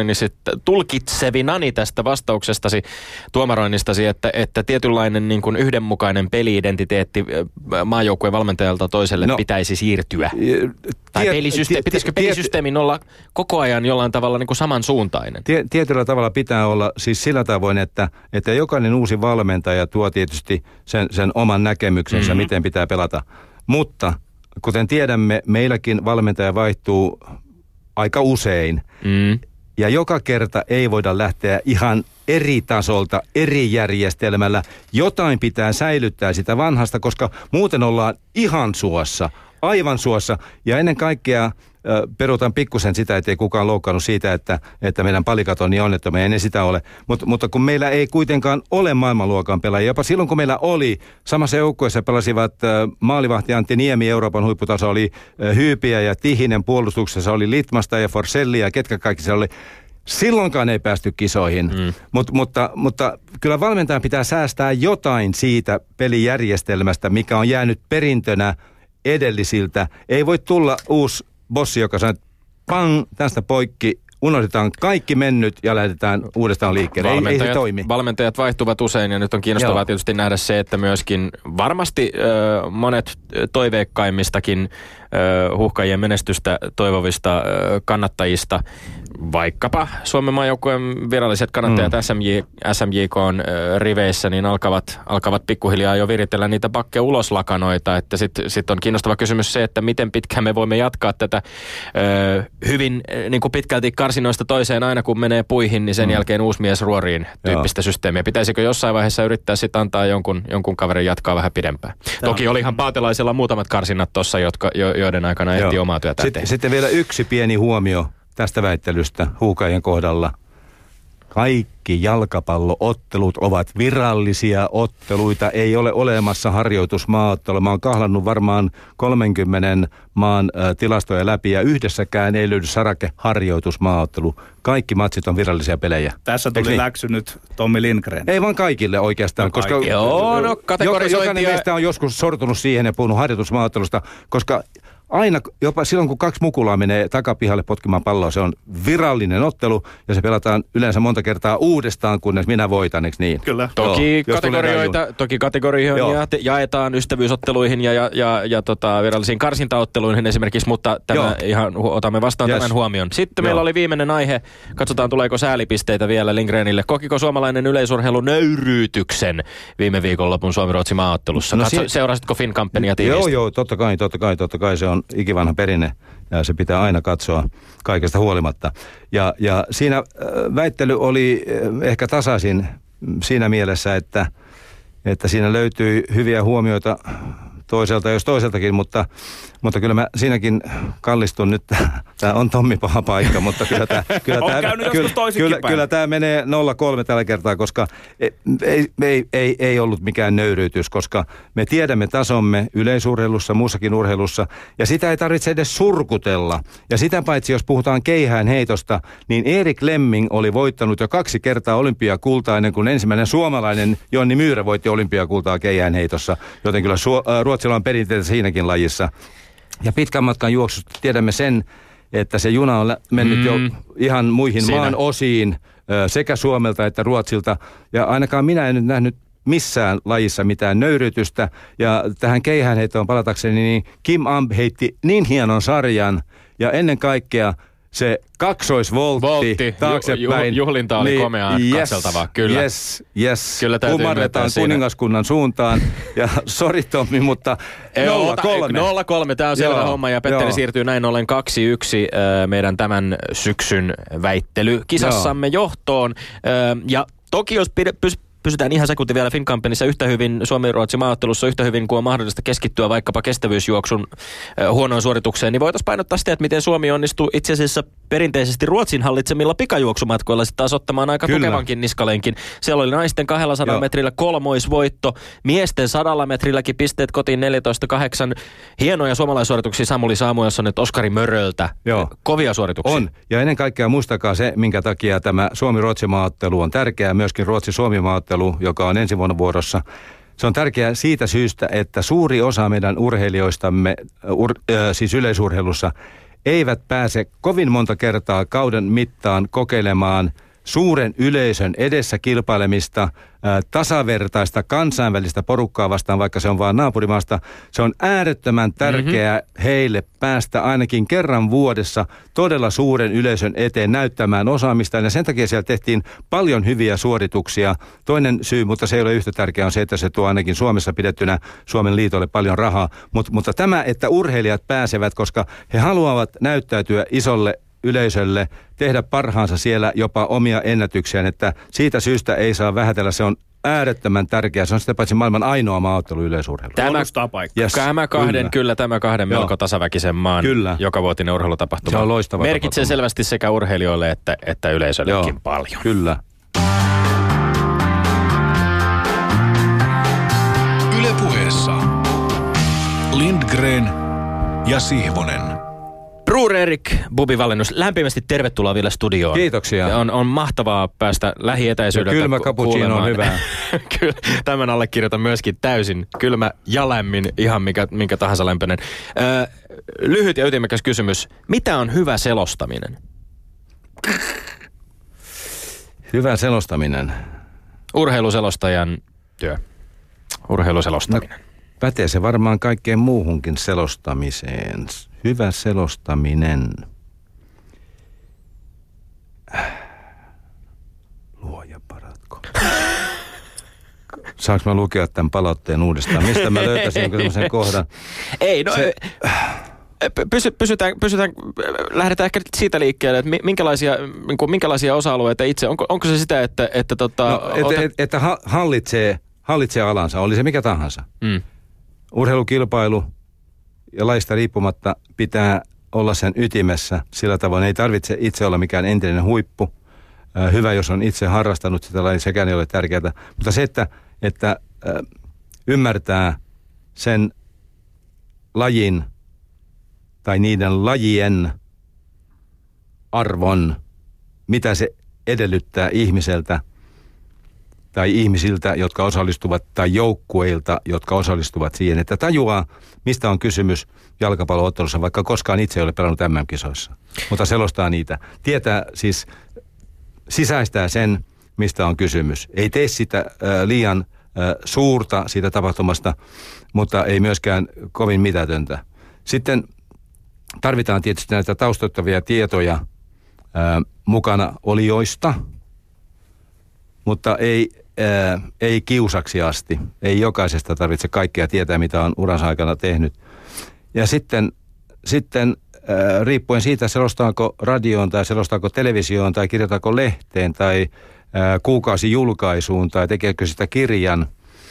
tulkitsevinani tästä vastauksestasi, tuomaroinnistasi, että tietynlainen niin kuin yhdenmukainen peli-identiteetti maajoukkueen valmentajalta toiselle pitäisi siirtyä? Tai pitäisikö pelisysteemin olla koko ajan jollain tavalla niin kuin samansuuntainen? Tietyllä tavalla pitää olla siis sillä tavoin, että jokainen uusi valmentaja tuo tietysti sen oman näkemyksensä, miten pitää pelata. Mutta kuten tiedämme, meilläkin valmentaja vaihtuu aika usein. Ja joka kerta ei voida lähteä ihan eri tasolta, eri järjestelmällä. Jotain pitää säilyttää sitä vanhasta, koska muuten ollaan ihan suossa, aivan suossa. Ja ennen kaikkea peruutan pikkusen sitä, ettei kukaan loukkaannut siitä, että meidän palikat on niin onnettomia, ei ne sitä ole. Mutta kun meillä ei kuitenkaan ole maailmanluokan pelaajia, jopa silloin kun meillä oli, samassa joukkueessa pelasivat maalivahti Antti Niemi, Euroopan huipputaso oli Hyypiä ja Tihinen, puolustuksessa oli Litmasta ja Forsellia ja ketkä kaikki se oli. Silloinkaan ei päästy kisoihin, mutta kyllä valmentajan pitää säästää jotain siitä pelijärjestelmästä, mikä on jäänyt perintönä edellisiltä. Ei voi tulla uusi bossi, joka sanoo, pang, tästä poikki, unohdetaan kaikki mennyt ja lähdetään uudestaan liikkeelle. Ei se toimi. Valmentajat vaihtuvat usein ja nyt on kiinnostavaa tietysti nähdä se, että myöskin varmasti monet toiveikkaimmistakin Huuhkajien menestystä toivovista kannattajista, vaikkapa Suomen maajoukkueen viralliset kannattajat SMJK:n riveissä, niin alkavat pikkuhiljaa jo viritellä niitä pakke-uloslakanoita, että sit on kiinnostava kysymys se, että miten pitkään me voimme jatkaa tätä hyvin niin kuin pitkälti karsinoista toiseen aina kun menee puihin, niin sen jälkeen uusi mies ruoriin tyyppistä systeemiä. Pitäisikö jossain vaiheessa yrittää sitten antaa jonkun kaverin jatkaa vähän pidempään? Toki olihan Paatelaisella muutamat karsinnat tuossa, joiden aikana ehti omaa työtään tehdä. Sitten vielä yksi pieni huomio tästä väittelystä Huuhkajien kohdalla. Kaikki jalkapalloottelut ovat virallisia otteluita, ei ole olemassa harjoitusmaaottelua. Mä oon kahlannut varmaan 30 maan tilastoja läpi ja yhdessäkään ei löydy sarake harjoitusmaaottelu. Kaikki matsit on virallisia pelejä. Tässä tuli läksy nyt Tommi Lindgren. Ei vaan kaikille oikeastaan, koska jokainen meistä on joskus sortunut siihen ja puhunut harjoitusmaaottelusta, koska aina, jopa silloin kun kaksi mukulaa menee takapihalle potkimaan palloa, se on virallinen ottelu ja se pelataan yleensä monta kertaa uudestaan, kunnes minä voitan, eikö niin? Kyllä. Toki kategorioihin jaetaan ystävyysotteluihin ja virallisiin karsintaotteluihin esimerkiksi, mutta tämä ihan otamme vastaan tämän huomion. Sitten meillä oli viimeinen aihe, katsotaan tuleeko säälipisteitä vielä Lindgrenille. Kokiko suomalainen yleisurheilu nöyryytyksen viime viikonlopun Suomi-Ruotsi maaottelussa? Seurasitko Finnkampenia tiivisti? Joo, totta kai se on ikivanha perinne ja se pitää aina katsoa kaikesta huolimatta. Ja siinä väittely oli ehkä tasaisin siinä mielessä, että siinä löytyi hyviä huomioita toiselta jos toiseltakin, mutta kyllä mä siinäkin kallistun nyt. Tämä on Tommi paha paikka, mutta kyllä tämä menee 0-3 tällä kertaa, koska ei ollut mikään nöyryytys, koska me tiedämme tasomme yleisurheilussa, muussakin urheilussa, ja sitä ei tarvitse edes surkutella. Ja sitä paitsi, jos puhutaan keihäänheitosta, niin Erik Lemming oli voittanut jo 2 kertaa olympiakultaa ennen kuin ensimmäinen suomalainen Jonni Myyrä voitti olympiakultaa keihäänheitossa, joten kyllä Ruotsilla on perinteitä siinäkin lajissa. Ja pitkän matkan juoksusta tiedämme sen, että se juna on mennyt jo ihan muihin maan osiin sekä Suomelta että Ruotsilta. Ja ainakaan minä en nyt nähnyt missään lajissa mitään nöyrytystä. Ja tähän keihäänheittoon palatakseni, niin Kim Amp heitti niin hienon sarjan ja ennen kaikkea se kaksoisvoltti taaksepäin. Juhlinta oli komeaa katseltavaa, kyllä. Yes. Kyllä täytyy kumarretaan kuningaskunnan suuntaan. Ja sori Tommi, mutta 0-3. Tämä on selvä homma ja Petteri siirtyy näin ollen 2-1 meidän tämän syksyn väittelykisassamme johtoon. Ja toki jos pysytään ihan sekunti vielä FinCompanyssa yhtä hyvin, Suomi-Ruotsi maaottelussa yhtä hyvin kuin on mahdollista keskittyä vaikkapa kestävyysjuoksun huonoon suoritukseen, niin voitaisiin painottaa sitä, että miten Suomi onnistuu itse asiassa perinteisesti Ruotsin hallitsemilla pikajuoksumatkoilla sitten taas ottamaan aika tukevankin niskalenkin. Siellä oli naisten 200 metrillä kolmoisvoitto, miesten 100 metrilläkin pisteet kotiin 14-8. Hienoja suomalaissuorituksia Samuli Samuelsson, että Oskari Möröltä. Kovia suorituksia. On, ja ennen kaikkea muistakaa se, minkä takia tämä Suomi-Ruotsi maaottelu on tärkeää, myöskin Ruotsi-Suomi maaottelu, joka on ensi vuonna vuorossa. Se on tärkeää siitä syystä, että suuri osa meidän urheilijoistamme, siis yleisurheilussa, eivät pääse kovin monta kertaa kauden mittaan kokeilemaan suuren yleisön edessä kilpailemista, tasavertaista kansainvälistä porukkaa vastaan, vaikka se on vaan naapurimaasta. Se on äärettömän tärkeää heille päästä ainakin kerran vuodessa todella suuren yleisön eteen näyttämään osaamistaan. Ja sen takia siellä tehtiin paljon hyviä suorituksia. Toinen syy, mutta se ei ole yhtä tärkeää, on se, että se tuo ainakin Suomessa pidettynä Suomen liitolle paljon rahaa. Mutta tämä, että urheilijat pääsevät, koska he haluavat näyttäytyä isolle yleisölle, tehdä parhaansa siellä jopa omia ennätyksiään, että siitä syystä ei saa vähätellä, se on äärettömän tärkeää. Se on sitä paitsi maailman ainoa maaottelu yleisurheilu. Tämä kahden melko tasaväkisen maan jokavuotinen urheilutapahtuma. Se on loistava merkitsee tapahtuma. Selvästi sekä urheilijoille että yleisöllekin paljon. Kyllä. Yle Puheessa Lindgren ja Sihvonen. Bruur-Erik, Bubi Wallenius, lämpimästi tervetuloa vielä studioon. Kiitoksia. Ja on mahtavaa päästä lähietäisyydeltä kuulemaan. Kylmä cappuccino on hyvää. Kyllä, tämän allekirjoitan myöskin täysin. Kylmä ja lämmin, ihan minkä tahansa lämpöinen. Lyhyt ja ytimekäs kysymys. Mitä on hyvä selostaminen? Hyvä selostaminen. Urheiluselostajan työ. Urheiluselostaminen. No, pätee se varmaan kaikkeen muuhunkin selostamiseen. Hyvä selostaminen. Luoja paratko. Saanko mä lukea tämän palautteen uudestaan? Mistä mä löytäisin sellaisen kohdan? Ei, no pysytään, lähdetään ehkä siitä liikkeelle, että minkälaisia osa-alueita itse, onko se sitä, että hallitsee alansa, oli se mikä tahansa. Urheilukilpailu ja lajista riippumatta pitää olla sen ytimessä. Sillä tavoin ei tarvitse itse olla mikään entinen huippu. Hyvä, jos on itse harrastanut sitä lajia, sekään ei ole tärkeää. Mutta se, että ymmärtää sen lajin tai niiden lajien arvon, mitä se edellyttää ihmiseltä tai ihmisiltä, jotka osallistuvat, tai joukkueilta, jotka osallistuvat siihen, että tajuaa, mistä on kysymys jalkapallo-ottelussa, vaikka koskaan itse ei ole pelannut MM-kisoissa. Mutta selostaa niitä. Tietää siis, sisäistää sen, mistä on kysymys. Ei tee sitä liian suurta siitä tapahtumasta, mutta ei myöskään kovin mitätöntä. Sitten tarvitaan tietysti näitä taustoittavia tietoja mukana olijoista, mutta ei kiusaksi asti. Ei jokaisesta tarvitse kaikkea tietää, mitä on uransa aikana tehnyt. Ja sitten riippuen siitä, selostaako radioon tai selostaako televisioon tai kirjoitaako lehteen tai kuukausijulkaisuun tai tekeekö sitä kirjan,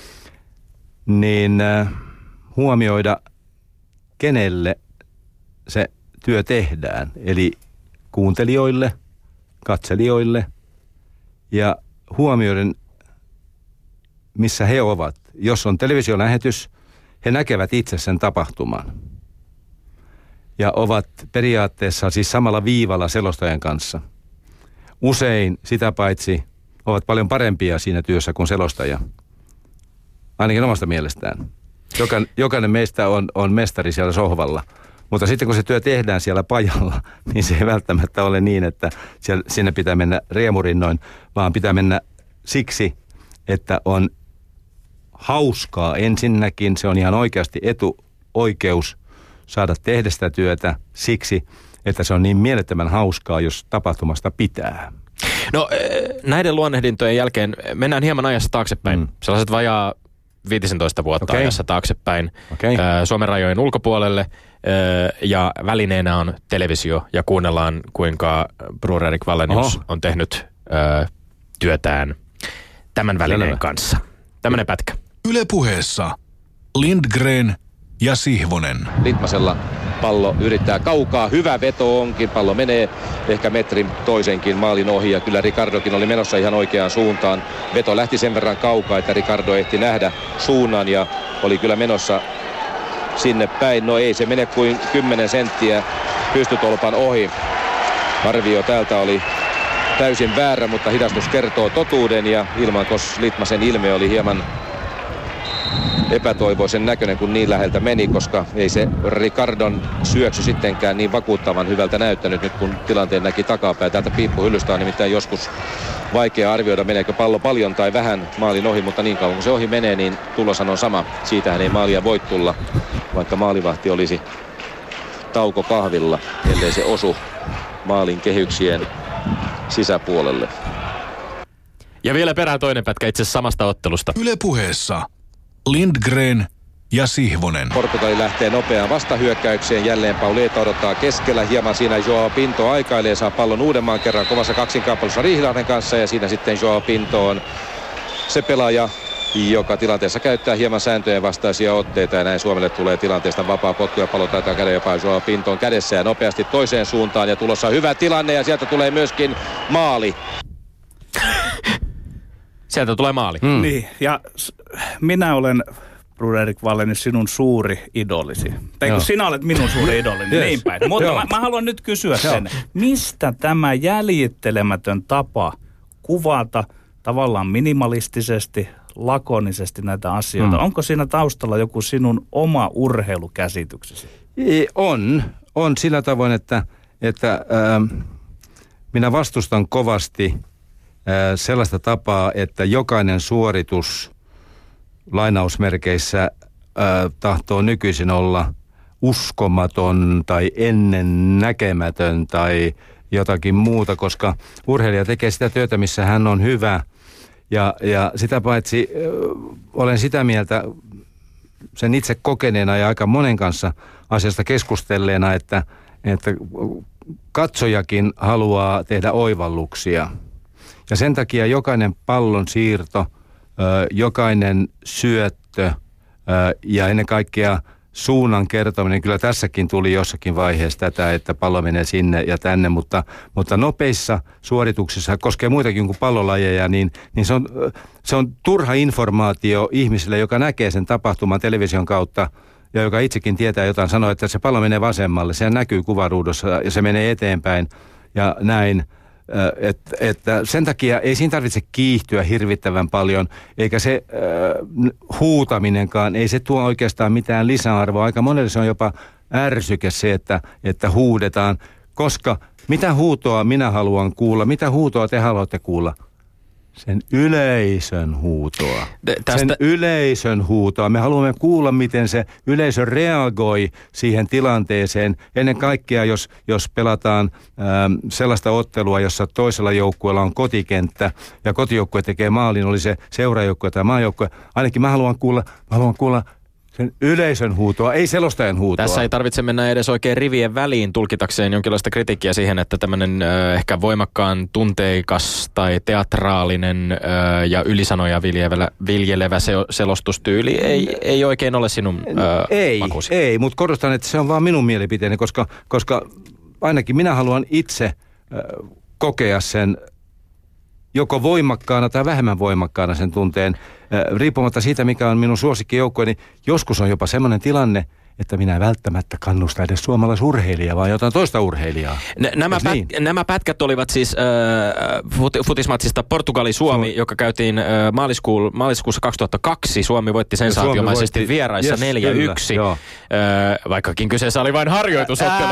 niin huomioida, kenelle se työ tehdään. Eli kuuntelijoille, katselijoille ja huomioiden, missä he ovat. Jos on televisiolähetys, he näkevät itse sen tapahtuman. Ja ovat periaatteessa siis samalla viivalla selostajan kanssa. Usein sitä paitsi ovat paljon parempia siinä työssä kuin selostaja. Ainakin omasta mielestään. Jokainen meistä on mestari siellä sohvalla. Mutta sitten kun se työ tehdään siellä pajalla, niin se ei välttämättä ole niin, että sinne pitää mennä riemurinnoin, vaan pitää mennä siksi, että on hauskaa ensinnäkin. Se on ihan oikeasti etuoikeus saada tehdä sitä työtä siksi, että se on niin mielettömän hauskaa, jos tapahtumasta pitää. No näiden luonnehdintojen jälkeen mennään hieman ajassa taaksepäin. Sellaiset vajaa 15 vuotta ajassa taaksepäin Suomen rajojen ulkopuolelle. Ja välineenä on televisio ja kuunnellaan, kuinka Bror-Erik Wallenius on tehnyt työtään tämän välineen kanssa. Tämmöinen pätkä. Yle Puheessa Lindgren ja Sihvonen. Litmasella pallo yrittää kaukaa. Hyvä veto onkin. Pallo menee ehkä metrin toisenkin maalin ohi. Ja kyllä Ricardokin oli menossa ihan oikeaan suuntaan. Veto lähti sen verran kaukaa, että Ricardo ehti nähdä suunnan ja oli kyllä menossa sinne päin. No ei se mene kuin 10 senttiä pystytolpan ohi. Arvio täältä oli täysin väärä, mutta hidastus kertoo totuuden ja Ilmankos Litmasen ilme oli hieman epätoivoisen näköinen, kun niin läheltä meni, koska ei se Ricardon syöksy sittenkään niin vakuuttavan hyvältä näyttänyt nyt, kun tilanteen näki takapäin. Täältä piippuhyllystä on nimittäin joskus vaikea arvioida, meneekö pallo paljon tai vähän maalin ohi, mutta niin kauan kun se ohi menee, niin tuloshan on sama. Siitähän ei maalia voi tulla, vaikka maalivahti olisi taukokahvilla, ellei se osu maalin kehyksien sisäpuolelle. Ja vielä perään toinen pätkä itse samasta ottelusta. Yle Puheessa Lindgren ja Sihvonen. Portugali lähtee nopeaan vastahyökkäykseen. Jälleen Pauleta odottaa keskellä. Hieman siinä Joao Pinto aikailee. Saa pallon uudemman kerran kovassa kaksinkamppailussa Riihlahden kanssa. Ja siinä sitten Joao Pinto on se pelaaja, joka tilanteessa käyttää hieman sääntöjen vastaisia otteita. Ja näin Suomelle tulee tilanteesta vapaa potku. Ja pallo taitaa käydä jopa Joao Pinton kädessä. Ja nopeasti toiseen suuntaan. Ja tulossa hyvä tilanne. Ja sieltä tulee myöskin maali. Sieltä tulee maali. Niin, ja minä olen, Bror-Erik Wallenius, sinun suuri idolisi. Tai kun sinä olet minun suuri idolini, niin päin. Mutta mä haluan nyt kysyä sen, mistä tämä jäljittelemätön tapa kuvata tavallaan minimalistisesti, lakonisesti näitä asioita? Onko siinä taustalla joku sinun oma urheilukäsityksesi? On sillä tavoin, että minä vastustan kovasti sellaista tapaa, että jokainen suoritus lainausmerkeissä tahtoo nykyisin olla uskomaton tai ennennäkemätön tai jotakin muuta, koska urheilija tekee sitä työtä, missä hän on hyvä. Ja sitä paitsi olen sitä mieltä sen itse kokeneena ja aika monen kanssa asiasta keskustelleena, että katsojakin haluaa tehdä oivalluksia. Ja sen takia jokainen pallon siirto, jokainen syöttö ja ennen kaikkea suunnan kertominen, kyllä tässäkin tuli jossakin vaiheessa tätä, että pallo menee sinne ja tänne, mutta nopeissa suorituksissa, koskee muitakin kuin pallolajeja, niin se on turha informaatio ihmiselle, joka näkee sen tapahtuman television kautta ja joka itsekin tietää jotain, sanoo, että se pallo menee vasemmalle, se näkyy kuvaruudussa ja se menee eteenpäin ja näin. Että sen takia ei siinä tarvitse kiihtyä hirvittävän paljon, eikä se huutaminenkaan, ei se tuo oikeastaan mitään lisäarvoa. Aika monelle se on jopa ärsyke se, että huudetaan, koska mitä huutoa minä haluan kuulla, mitä huutoa te haluatte kuulla? Sen yleisön huutoa. Sen yleisön huutoa. Me haluamme kuulla, miten se yleisö reagoi siihen tilanteeseen. Ennen kaikkea, jos pelataan sellaista ottelua, jossa toisella joukkueella on kotikenttä ja kotijoukkue tekee maalin, oli se seurajoukkue tai maajoukkue. Ainakin mä haluan kuulla sen yleisön huutoa, ei selostajan huutoa. Tässä ei tarvitse mennä edes oikein rivien väliin tulkitakseen jonkinlaista kritiikkiä siihen, että tämmöinen ehkä voimakkaan tunteikas tai teatraalinen ja ylisanoja viljelevä selostustyyli ei oikein ole sinun makuusi. Ei, mutta korostan, että se on vaan minun mielipiteeni, koska ainakin minä haluan itse kokea sen joko voimakkaana tai vähemmän voimakkaana sen tunteen. Riippumatta siitä, mikä on minun suosikkijoukkueeni, niin joskus on jopa semmoinen tilanne, että minä en välttämättä kannusta edes suomalaisurheilijaa, vaan jotain toista urheilijaa. Nämä pätkät olivat siis futismatsista Portugali-Suomi, joka käytiin maaliskuussa 2002. Suomi voitti sensaatiomaisesti vieraissa 4-1, vaikkakin kyseessä oli vain harjoitusottelu.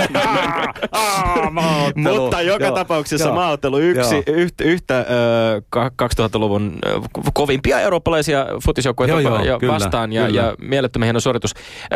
Mutta joka tapauksessa maaottelu yhtä 2000-luvun kovimpia eurooppalaisia futisjoukkueita vastaan ja mielettömän hieno suoritus.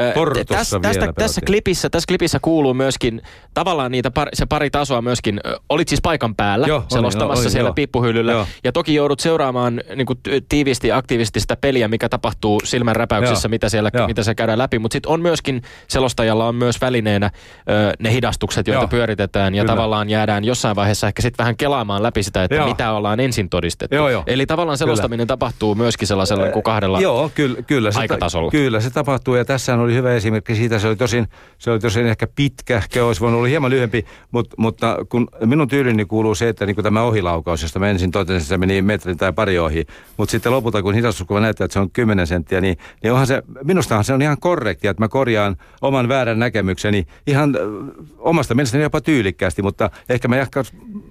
Tässä klipissä kuuluu myöskin tavallaan se pari tasoa myöskin. Olit siis paikan päällä selostamassa siellä piippuhyllyllä. Ja toki joudut seuraamaan niin kuin tiiviisti, aktiivisesti sitä peliä, mikä tapahtuu silmänräpäyksessä, mitä se käydään läpi. Mutta sitten on myöskin, selostajalla on myös välineenä ne hidastukset, joita pyöritetään. Ja tavallaan jäädään jossain vaiheessa ehkä sitten vähän kelaamaan läpi sitä, että mitä ollaan ensin todistettu. Eli tavallaan selostaminen tapahtuu myöskin sellaisella niin kuin kahdella aikatasolla. Kyllä se tapahtuu, ja tässä oli hyvä esimerkki siitä. Se oli tosin ehkä pitkä, olisi voinut olla hieman lyhyempi, mutta kun minun tyylini kuuluu se, että niin kuin tämä ohilaukaus, josta mä ensin totesin, että se meni metrin tai pari ohi, mutta sitten lopulta, kun hidastuskuva näyttää, että se on 10 senttiä, niin minustahan se on ihan korrektia, että mä korjaan oman väärän näkemykseni ihan omasta mielestäni jopa tyylikkäästi, mutta ehkä mä ehkä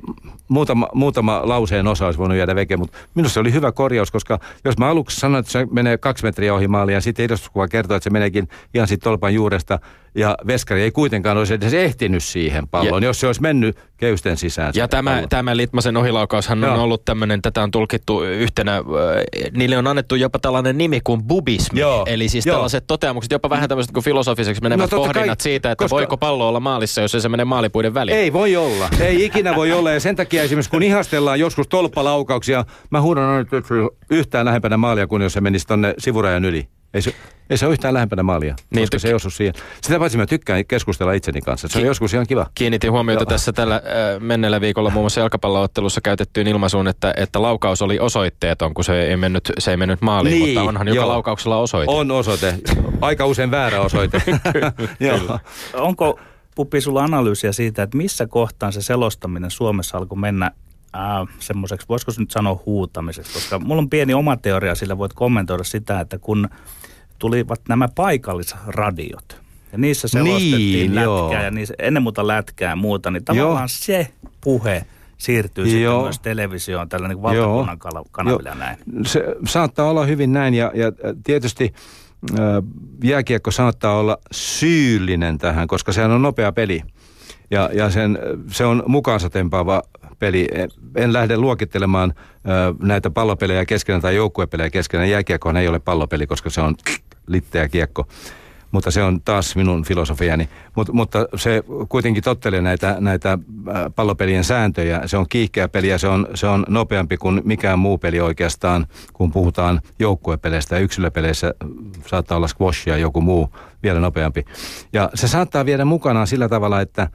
muutama lauseen osa olisi voinut jäädä veke, mutta minusta se oli hyvä korjaus, koska jos mä aluksi sanoin, että se menee 2 metriä ohi maalia, ja sitten hidastuskuva kertoo, että se meneekin ihan siitä tolpan juuresta, ja veskari ei kuitenkaan olisi edes ehtinyt siihen palloon, jos se olisi mennyt keysten sisään. Ja tämä Litmasen ohilaukaushan on ollut tämmöinen, tätä on tulkittu yhtenä, niille on annettu jopa tällainen nimi kuin bubismi. Eli siis tällaiset toteamukset, jopa vähän tämmöiset kuin filosofiseksi menevät pohdinnat siitä, että voiko pallo olla maalissa, jos ei se mene maalipuiden väliin. Ei voi olla. Ei ikinä voi olla. Ja sen takia esimerkiksi kun ihastellaan joskus tolppalaukauksia, mä huudan aina, että yhtään lähempänä maalia kuin jos se menisi tonne sivurajan yli. Ei se ole yhtään lähempänä maalia, koska se ei osu siihen. Sitä paitsi mä tykkään keskustella itseni kanssa. Se on joskus ihan kiva. Kiinnitin huomiota tässä tällä menneellä viikolla muun muassa jalkapalloottelussa käytettyyn ilmaisuun, että laukaus oli osoitteeton, kun se ei mennyt maaliin, niin, mutta onhan joka laukauksella osoite. On osoite. Aika usein väärä osoite. Kyllä. Onko, Pupi, sulla analyysiä siitä, että missä kohtaan se selostaminen Suomessa alkoi mennä semmoiseksi, voisiko se nyt sanoa huutamiseksi, koska mulla on pieni oma teoria, sillä voit kommentoida sitä, että kun tulivat nämä paikallisradiot, ja niissä selostettiin lätkää, ja niissä, ennen muuta lätkää ja muuta, niin tavallaan se puhe siirtyy sitten myös televisioon, tällä niin valtakunnan kanavilla näin. Se saattaa olla hyvin näin, ja tietysti jääkiekko saattaa olla syyllinen tähän, koska sehän on nopea peli, ja se on mukaansa tempaava peli. En lähde luokittelemaan näitä pallopelejä keskenään tai joukkuepelejä keskenään. Jääkiekkohan ei ole pallopeli, koska se on litteä kiekko. Mutta se on taas minun filosofiani. Mutta se kuitenkin tottelee näitä pallopelien sääntöjä. Se on kiihkeä peli ja se on nopeampi kuin mikään muu peli oikeastaan, kun puhutaan joukkuepeleistä ja yksilöpeleissä saattaa olla squash ja joku muu vielä nopeampi. Ja se saattaa viedä mukanaan sillä tavalla, että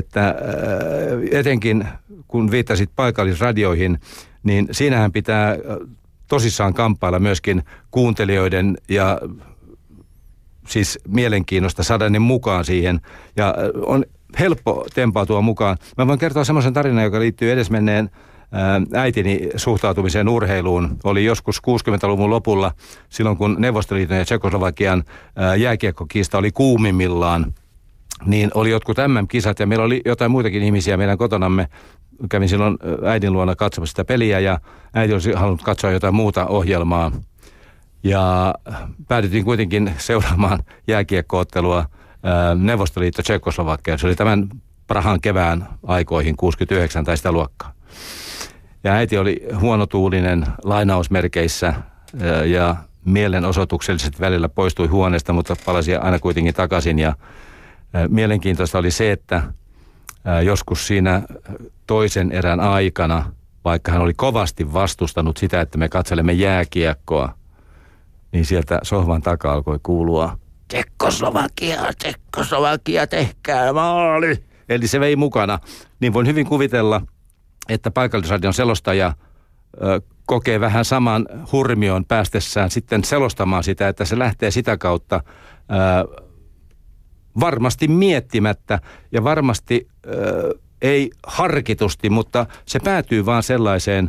etenkin kun viittasit paikallisradioihin, niin siinähän pitää tosissaan kamppailla myöskin kuuntelijoiden ja siis mielenkiinnosta saada ne mukaan siihen. Ja on helppo tempautua mukaan. Mä voin kertoa semmoisen tarinan, joka liittyy edesmenneen äitini suhtautumiseen urheiluun. Oli joskus 60-luvun lopulla, silloin kun Neuvostoliiton ja Tšekoslovakian jääkiekkokiista oli kuumimmillaan, niin oli jotkut MM-kisat ja meillä oli jotain muitakin ihmisiä meidän kotonamme. Kävin silloin äidin luona katsomassa sitä peliä ja äiti olisi halunnut katsoa jotain muuta ohjelmaa. Ja päädyttiin kuitenkin seuraamaan jääkiekko-ottelua Neuvostoliitto Tšekoslovakia. Se oli tämän Prahan kevään aikoihin 69 tai sitä luokkaa. Ja äiti oli huonotuulinen lainausmerkeissä ja mielenosoituksellisesti välillä poistui huoneesta, mutta palasi aina kuitenkin takaisin. Ja mielenkiintoista oli se, että joskus siinä toisen erän aikana, vaikka hän oli kovasti vastustanut sitä, että me katselemme jääkiekkoa, niin sieltä sohvan takaa alkoi kuulua Tšekoslovakia, tehkää maali. Eli se vei mukana. Niin voin hyvin kuvitella, että paikallisradion selostaja kokee vähän saman hurmion päästessään sitten selostamaan sitä, että se lähtee sitä kautta varmasti miettimättä ja varmasti ei harkitusti, mutta se päätyy vaan sellaiseen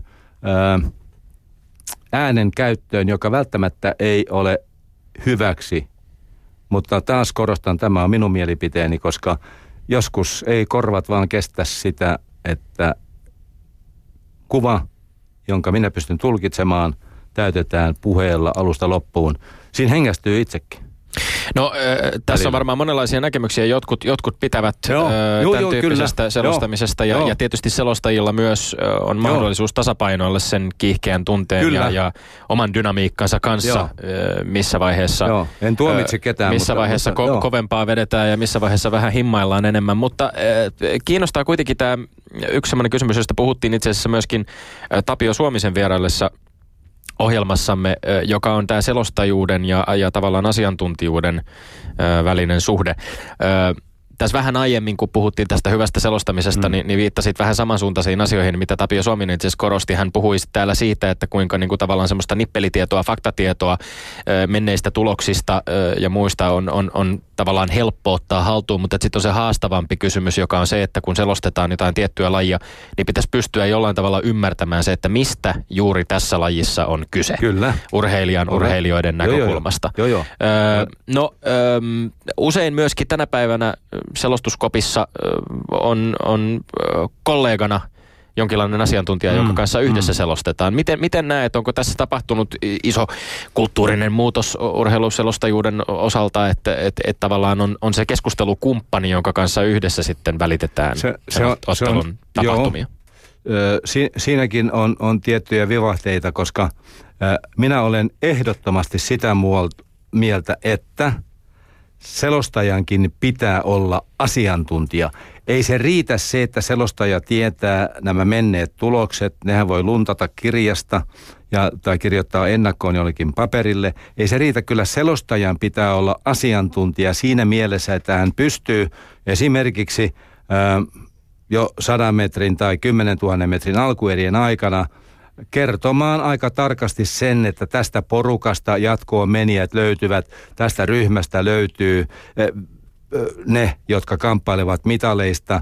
äänen käyttöön, joka välttämättä ei ole hyväksi Mutta taas korostan, tämä on minun mielipiteeni, koska joskus ei korvat vaan kestä sitä, että kuva, jonka minä pystyn tulkitsemaan, täytetään puheella alusta loppuun. Siinä hengästyy itsekin. No tässä on varmaan monenlaisia näkemyksiä. Jotkut pitävät tämän tyyppisestä selostamisesta ja tietysti selostajilla myös on mahdollisuus tasapainoilla sen kiihkeän tunteen ja oman dynamiikkansa kanssa, missä vaiheessa, en tuomitse ketään, missä vaiheessa kovempaa vedetään ja missä vaiheessa vähän himmaillaan enemmän. Mutta kiinnostaa kuitenkin tämä yksi sellainen kysymys, josta puhuttiin itse asiassa myöskin Tapio Suomisen vieraillessa ohjelmassamme, joka on tämä selostajuuden ja tavallaan asiantuntijuuden välinen suhde. Tässä vähän aiemmin, kun puhuttiin tästä hyvästä selostamisesta, niin viittasit vähän samansuuntaisiin asioihin, mitä Tapio Suominen itse asiassa korosti. Hän puhui täällä siitä, että kuinka niin kuin tavallaan semmoista nippelitietoa, faktatietoa menneistä tuloksista ja muista on tavallaan helppo ottaa haltuun, mutta sitten on se haastavampi kysymys, joka on se, että kun selostetaan jotain tiettyä lajia, niin pitäisi pystyä jollain tavalla ymmärtämään se, että mistä juuri tässä lajissa on kyse. Kyllä. Urheilijoiden näkökulmasta. Usein myöskin tänä päivänä selostuskopissa on kollegana jonkinlainen asiantuntija, jonka kanssa yhdessä selostetaan. Miten näet, onko tässä tapahtunut iso kulttuurinen muutos urheiluselostajuuden osalta, että tavallaan on se keskustelukumppani, jonka kanssa yhdessä sitten välitetään ottelun tapahtumia? Siinäkin on tiettyjä vivahteita, koska minä olen ehdottomasti sitä mieltä, että selostajankin pitää olla asiantuntija. Ei se riitä se, että selostaja tietää nämä menneet tulokset. Nehän voi luntata kirjasta tai kirjoittaa ennakkoon jollekin paperille. Ei se riitä, kyllä selostajan pitää olla asiantuntija siinä mielessä, että hän pystyy esimerkiksi jo 100 metrin tai 10 000 metrin alkuerien aikana kertomaan aika tarkasti sen, että tästä porukasta jatkoon menijät löytyvät, tästä ryhmästä löytyy ne, jotka kamppailevat mitaleista.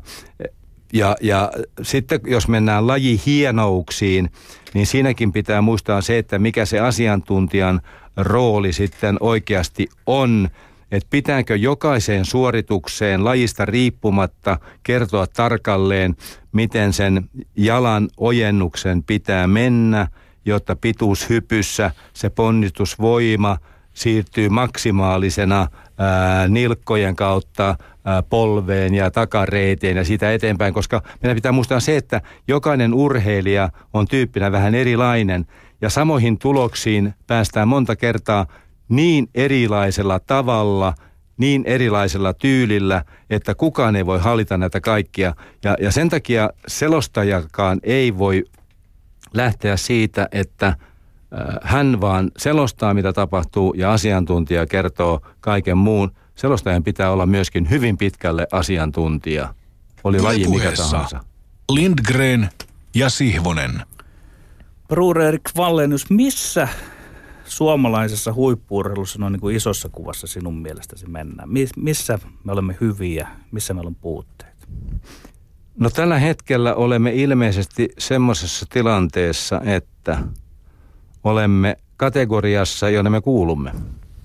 Ja sitten jos mennään lajihienouksiin, niin siinäkin pitää muistaa se, että mikä se asiantuntijan rooli sitten oikeasti on. Että pitääkö jokaiseen suoritukseen lajista riippumatta kertoa tarkalleen, miten sen jalan ojennuksen pitää mennä, jotta pituushypyssä se ponnistusvoima siirtyy maksimaalisena nilkkojen kautta polveen ja takareiteen ja siitä eteenpäin, koska meidän pitää muistaa se, että jokainen urheilija on tyyppinä vähän erilainen ja samoihin tuloksiin päästään monta kertaa niin erilaisella tavalla, niin erilaisella tyylillä, että kukaan ei voi hallita näitä kaikkia. Ja sen takia selostajakaan ei voi lähteä siitä, että hän vaan selostaa, mitä tapahtuu, ja asiantuntija kertoo kaiken muun. Selostajan pitää olla myöskin hyvin pitkälle asiantuntija. Oli laji mikä tahansa. Lindgren ja Sihvonen. Bruur-Erik Wallenius, missä suomalaisessa huippu-urheilussa noin niin kuin isossa kuvassa sinun mielestäsi mennään? Missä me olemme hyviä, missä meillä on puutteet? No tällä hetkellä olemme ilmeisesti semmoisessa tilanteessa, että olemme kategoriassa, jonne me kuulumme.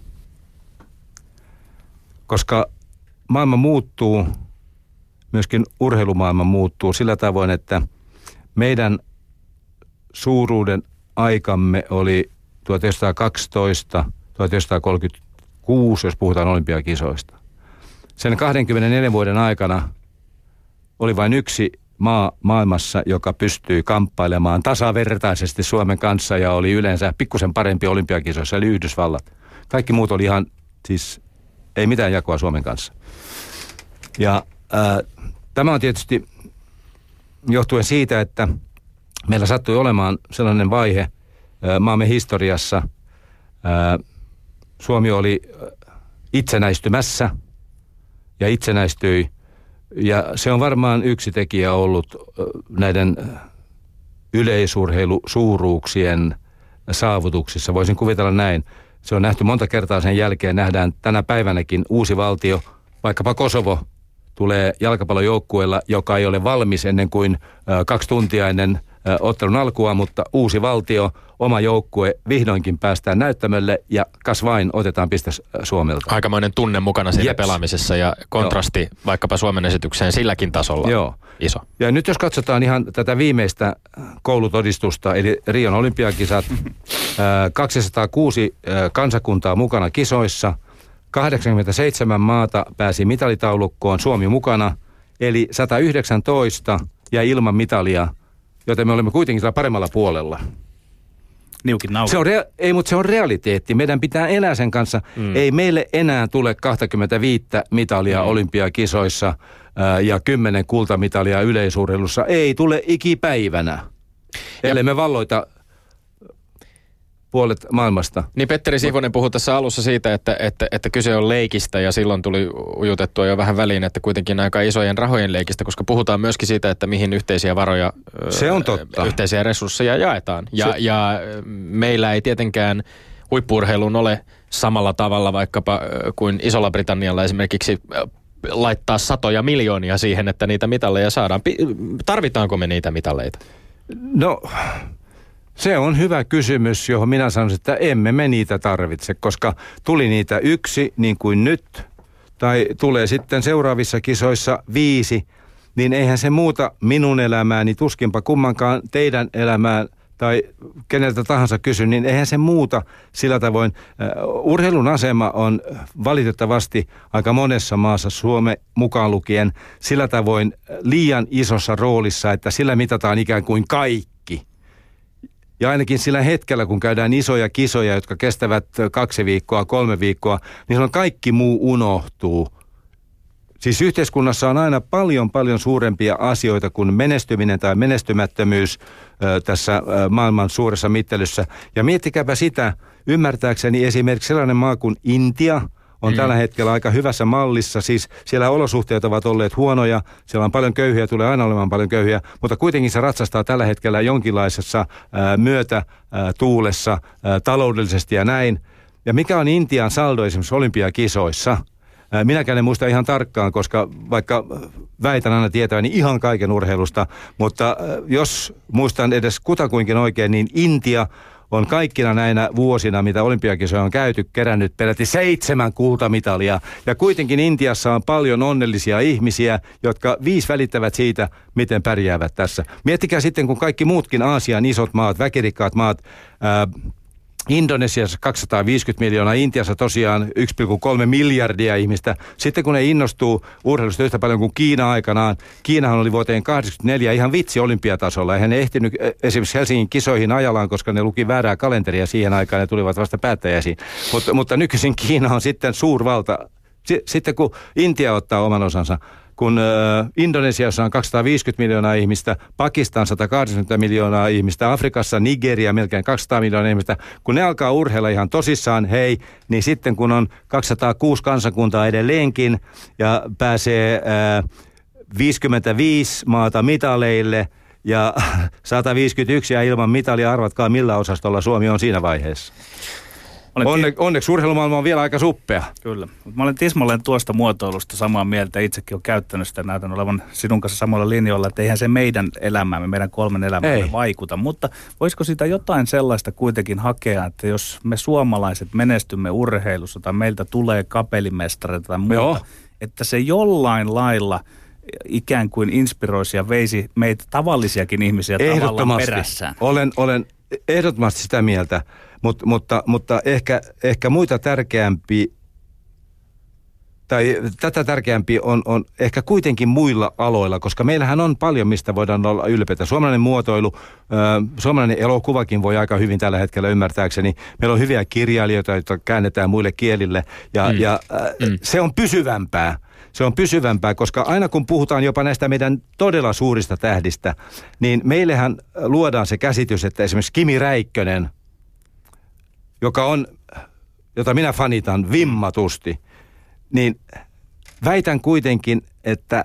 Koska maailma muuttuu, myöskin urheilumaailma muuttuu sillä tavoin, että meidän suuruuden aikamme oli 1912, 1936, jos puhutaan olympiakisoista. Sen 24 vuoden aikana oli vain yksi maa maailmassa, joka pystyi kamppailemaan tasavertaisesti Suomen kanssa ja oli yleensä pikkusen parempi olympiakisoissa, eli Yhdysvallat. Kaikki muut oli ihan, siis ei mitään jakoa Suomen kanssa. Ja tämä on tietysti johtuen siitä, että meillä sattui olemaan sellainen vaihe maamme historiassa. Suomi oli itsenäistymässä ja itsenäistyi. Ja se on varmaan yksi tekijä ollut näiden yleisurheilusuuruuksien saavutuksissa. Voisin kuvitella näin. Se on nähty monta kertaa sen jälkeen. Nähdään tänä päivänäkin uusi valtio, vaikkapa Kosovo, tulee jalkapallojoukkueella, joka ei ole valmis ennen kuin 2 tuntia ennen ottelun alkua, mutta uusi valtio oma joukkue vihdoinkin päästään näyttämölle ja kas vain otetaan piste Suomelta. Aikamoinen tunne mukana siinä pelaamisessa ja kontrasti vaikkapa Suomen esitykseen silläkin tasolla iso. Ja nyt jos katsotaan ihan tätä viimeistä koulutodistusta, eli Rion olympiakisat, 206 kansakuntaa mukana kisoissa, 87 maata pääsi mitalitaulukkoon, Suomi mukana, eli 119 ja ilman mitalia, joten me olemme kuitenkin siellä paremmalla puolella. Niukin naukin. Mutta se on realiteetti. Meidän pitää elää sen kanssa. Ei meille enää tule 25 mitalia olympiakisoissa ja 10 kultamitalia yleisurheilussa. Ei tule ikipäivänä, ellei me valloita puolet maailmasta. Niin Petteri Sihvonen puhui tässä alussa siitä, että kyse on leikistä ja silloin tuli ujutettua jo vähän väliin, että kuitenkin aika isojen rahojen leikistä, koska puhutaan myöskin siitä, että mihin yhteisiä varoja, se on totta, yhteisiä resursseja jaetaan. Ja meillä ei tietenkään huippu-urheiluun ole samalla tavalla vaikkapa kuin Isolla Britannialla esimerkiksi laittaa satoja miljoonia siihen, että niitä mitalleja saadaan. Tarvitaanko me niitä mitalleita? No, se on hyvä kysymys, johon minä sanoisin, että emme me niitä tarvitse, koska tuli niitä 1 niin kuin nyt, tai tulee sitten seuraavissa kisoissa 5, niin eihän se muuta minun elämääni, tuskinpa kummankaan teidän elämään tai keneltä tahansa kysy, niin eihän se muuta sillä tavoin. Urheilun asema on valitettavasti aika monessa maassa, Suomi mukaan lukien, sillä tavoin liian isossa roolissa, että sillä mitataan ikään kuin kaikki. Ja ainakin sillä hetkellä, kun käydään isoja kisoja, jotka kestävät 2 viikkoa, 3 viikkoa, niin silloin kaikki muu unohtuu. Siis yhteiskunnassa on aina paljon suurempia asioita kuin menestyminen tai menestymättömyys tässä maailman suuressa mittelyssä. Ja miettikääpä sitä, ymmärtääkseni esimerkiksi sellainen maa kuin Intia on tällä hetkellä aika hyvässä mallissa. Siis siellä olosuhteet ovat olleet huonoja, siellä on paljon köyhiä, tulee aina olemaan paljon köyhiä, mutta kuitenkin se ratsastaa tällä hetkellä jonkinlaisessa myötätuulessa taloudellisesti ja näin. Ja mikä on Intian saldo esimerkiksi olympiakisoissa? Minäkään en muista ihan tarkkaan, koska vaikka väitän aina tietäväni ihan kaiken urheilusta, mutta jos muistan edes kutakuinkin oikein, niin Intia on kaikkina näinä vuosina, mitä olympiakisoja on käyty, kerännyt peräti 7 kultamitalia. Ja kuitenkin Intiassa on paljon onnellisia ihmisiä, jotka 5 välittävät siitä, miten pärjäävät tässä. Miettikää sitten, kun kaikki muutkin Aasian isot maat, väkirikkaat maat, Indonesiassa 250 miljoonaa, Intiassa tosiaan 1,3 miljardia ihmistä. Sitten kun ne innostuu urheilusta yhtä paljon kuin Kiina aikanaan, Kiinahan oli vuoteen 1984 ihan vitsi olympiatasolla. Eihän ne ehtinyt esimerkiksi Helsingin kisoihin ajallaan, koska ne luki väärää kalenteria siihen aikaan, ne tulivat vasta päättäjäisiin. Mutta nykyisin Kiina on sitten suurvalta. Sitten kun Intia ottaa oman osansa, kun Indonesiassa on 250 miljoonaa ihmistä, Pakistan 180 miljoonaa ihmistä, Afrikassa Nigeria melkein 200 miljoonaa ihmistä, kun ne alkaa urheilla ihan tosissaan, niin sitten kun on 206 kansakuntaa edelleenkin ja pääsee 55 maata mitaleille ja 151 ja ilman mitalia, arvatkaa millä osastolla Suomi on siinä vaiheessa. Onneksi urheilumaailma on vielä aika suppea. Kyllä. Mä olen tismalleen tuosta muotoilusta samaa mieltä. Itsekin olen käyttänyt sitä. Näytän olevan sinun kanssa samalla linjoilla, että eihän se meidän elämäämme, meidän 3 elämäämme vaikuta. Mutta voisiko siitä jotain sellaista kuitenkin hakea, että jos me suomalaiset menestymme urheilussa tai meiltä tulee kapellimestareita tai muuta, että se jollain lailla ikään kuin inspiroisi ja veisi meitä tavallisiakin ihmisiä tavallaan perässään. Olen ehdottomasti sitä mieltä. Mutta ehkä muita tärkeämpi, tai tätä tärkeämpi on ehkä kuitenkin muilla aloilla, koska meillähän on paljon, mistä voidaan olla ylpeitä. Suomalainen muotoilu, suomalainen elokuvakin voi aika hyvin tällä hetkellä ymmärtääkseni. Meillä on hyviä kirjailijoita, joita käännetään muille kielille, ja se on pysyvämpää. Se on pysyvämpää, koska aina kun puhutaan jopa näistä meidän todella suurista tähdistä, niin meillehän luodaan se käsitys, että esimerkiksi Kimi Räikkönen, jota minä fanitan vimmatusti, niin väitän kuitenkin, että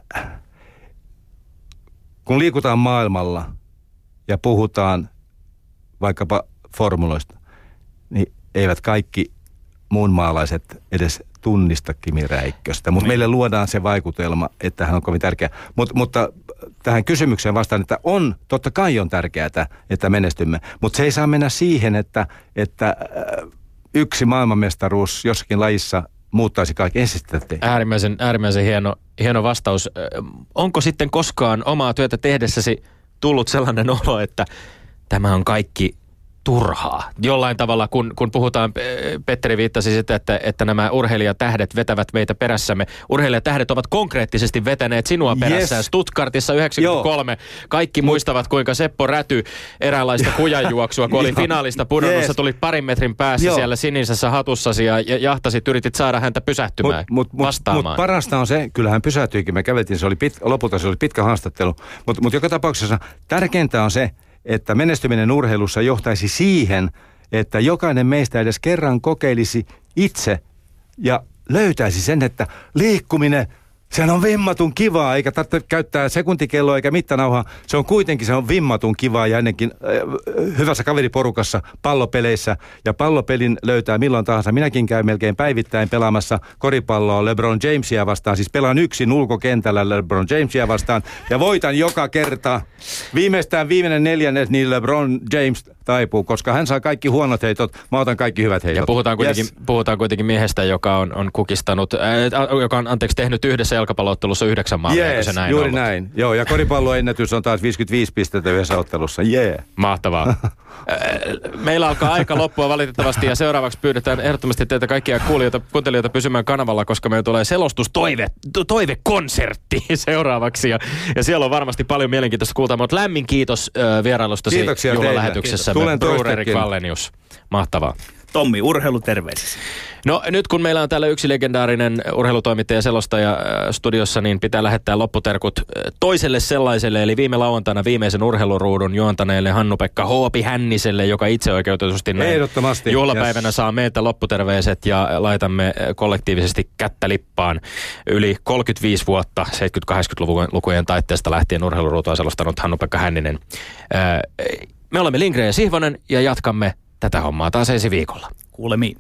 kun liikutaan maailmalla ja puhutaan vaikkapa formuloista, niin eivät kaikki muunmaalaiset edes tunnista Kimi Räikköstä. Mutta meille luodaan se vaikutelma, että hän on kovin tärkeä. Mutta tähän kysymykseen vastaan, että totta kai on tärkeää, että menestymme. Mutta se ei saa mennä siihen, että yksi maailmanmestaruus jossakin lajissa muuttaisi kaikki. En sitä tee. Äärimmäisen hieno vastaus. Onko sitten koskaan omaa työtä tehdessäsi tullut sellainen olo, että tämä on kaikki turhaa? Jollain tavalla, kun puhutaan, Petteri viittasi sitä, että nämä urheilijatähdet vetävät meitä perässämme. Urheilijatähdet ovat konkreettisesti vetäneet sinua perässään. Yes. Stuttgartissa 93. Kaikki muistavat, kuinka Seppo Räty eräänlaista kujanjuoksua, kun oli finaalista pudonnut, tulit parin metrin päässä siellä sinisessä hatussasi ja jahtasit, yritit saada häntä pysähtymään, vastaamaan. Mutta parasta on se, kyllähän pysähtyikin, me käveltiin, lopulta se oli pitkä haastattelu. Mutta joka tapauksessa tärkeintä on se, että menestyminen urheilussa johtaisi siihen, että jokainen meistä edes kerran kokeilisi itse ja löytäisi sen, että liikkuminen, sehän on vimmatun kivaa, eikä tarvitse käyttää sekuntikelloa eikä mittanauhaa. Se on vimmatun kivaa ja ennenkin hyvässä kaveriporukassa pallopeleissä. Ja pallopelin löytää milloin tahansa. Minäkin käyn melkein päivittäin pelaamassa koripalloa LeBron Jamesia vastaan. Siis pelaan yksin ulkokentällä LeBron Jamesia vastaan ja voitan joka kerta. Viimeistään viimeinen neljännes, niin LeBron James taipuu, koska hän saa kaikki huonot heitot, mä otan kaikki hyvät heitot. Ja puhutaan kuitenkin miehestä, joka on kukistanut, joka on tehnyt yhdessä jalkapalloottelussa 9 maalia, eikö se näin juuri ollut? Näin. Joo, ja koripalloennätys on taas 55 pistettä yhdessä ottelussa. Mahtavaa. Meillä alkaa aika loppua valitettavasti ja seuraavaksi pyydetään ehdottomasti teitä kaikkia kuuntelijoita pysymään kanavalla, koska meillä tulee toivekonsertti seuraavaksi ja siellä on varmasti paljon mielenkiintoista kuultaa, mutta lämmin kiitos vierailustasi juhlalähetyksessä. Brurerik Wallenius. Mahtavaa. Tommi, urheiluterveisissä. No nyt kun meillä on täällä yksi legendaarinen urheilutoimittaja selostaja studiossa, niin pitää lähettää lopputerkut toiselle sellaiselle, eli viime lauantaina viimeisen urheiluruudun juontaneelle Hannu-Pekka Hoopi Hänniselle, joka itseoikeutetusti näin juhlapäivänä saa meiltä lopputerveiset ja laitamme kollektiivisesti kättä lippaan. Yli 35 vuotta 70-80-lukujen taitteesta lähtien urheiluruutua selostanut Hannu-Pekka Hänninen. Me olemme Lindgren ja Sihvonen ja jatkamme tätä hommaa taas ensi viikolla. Kuulemiin.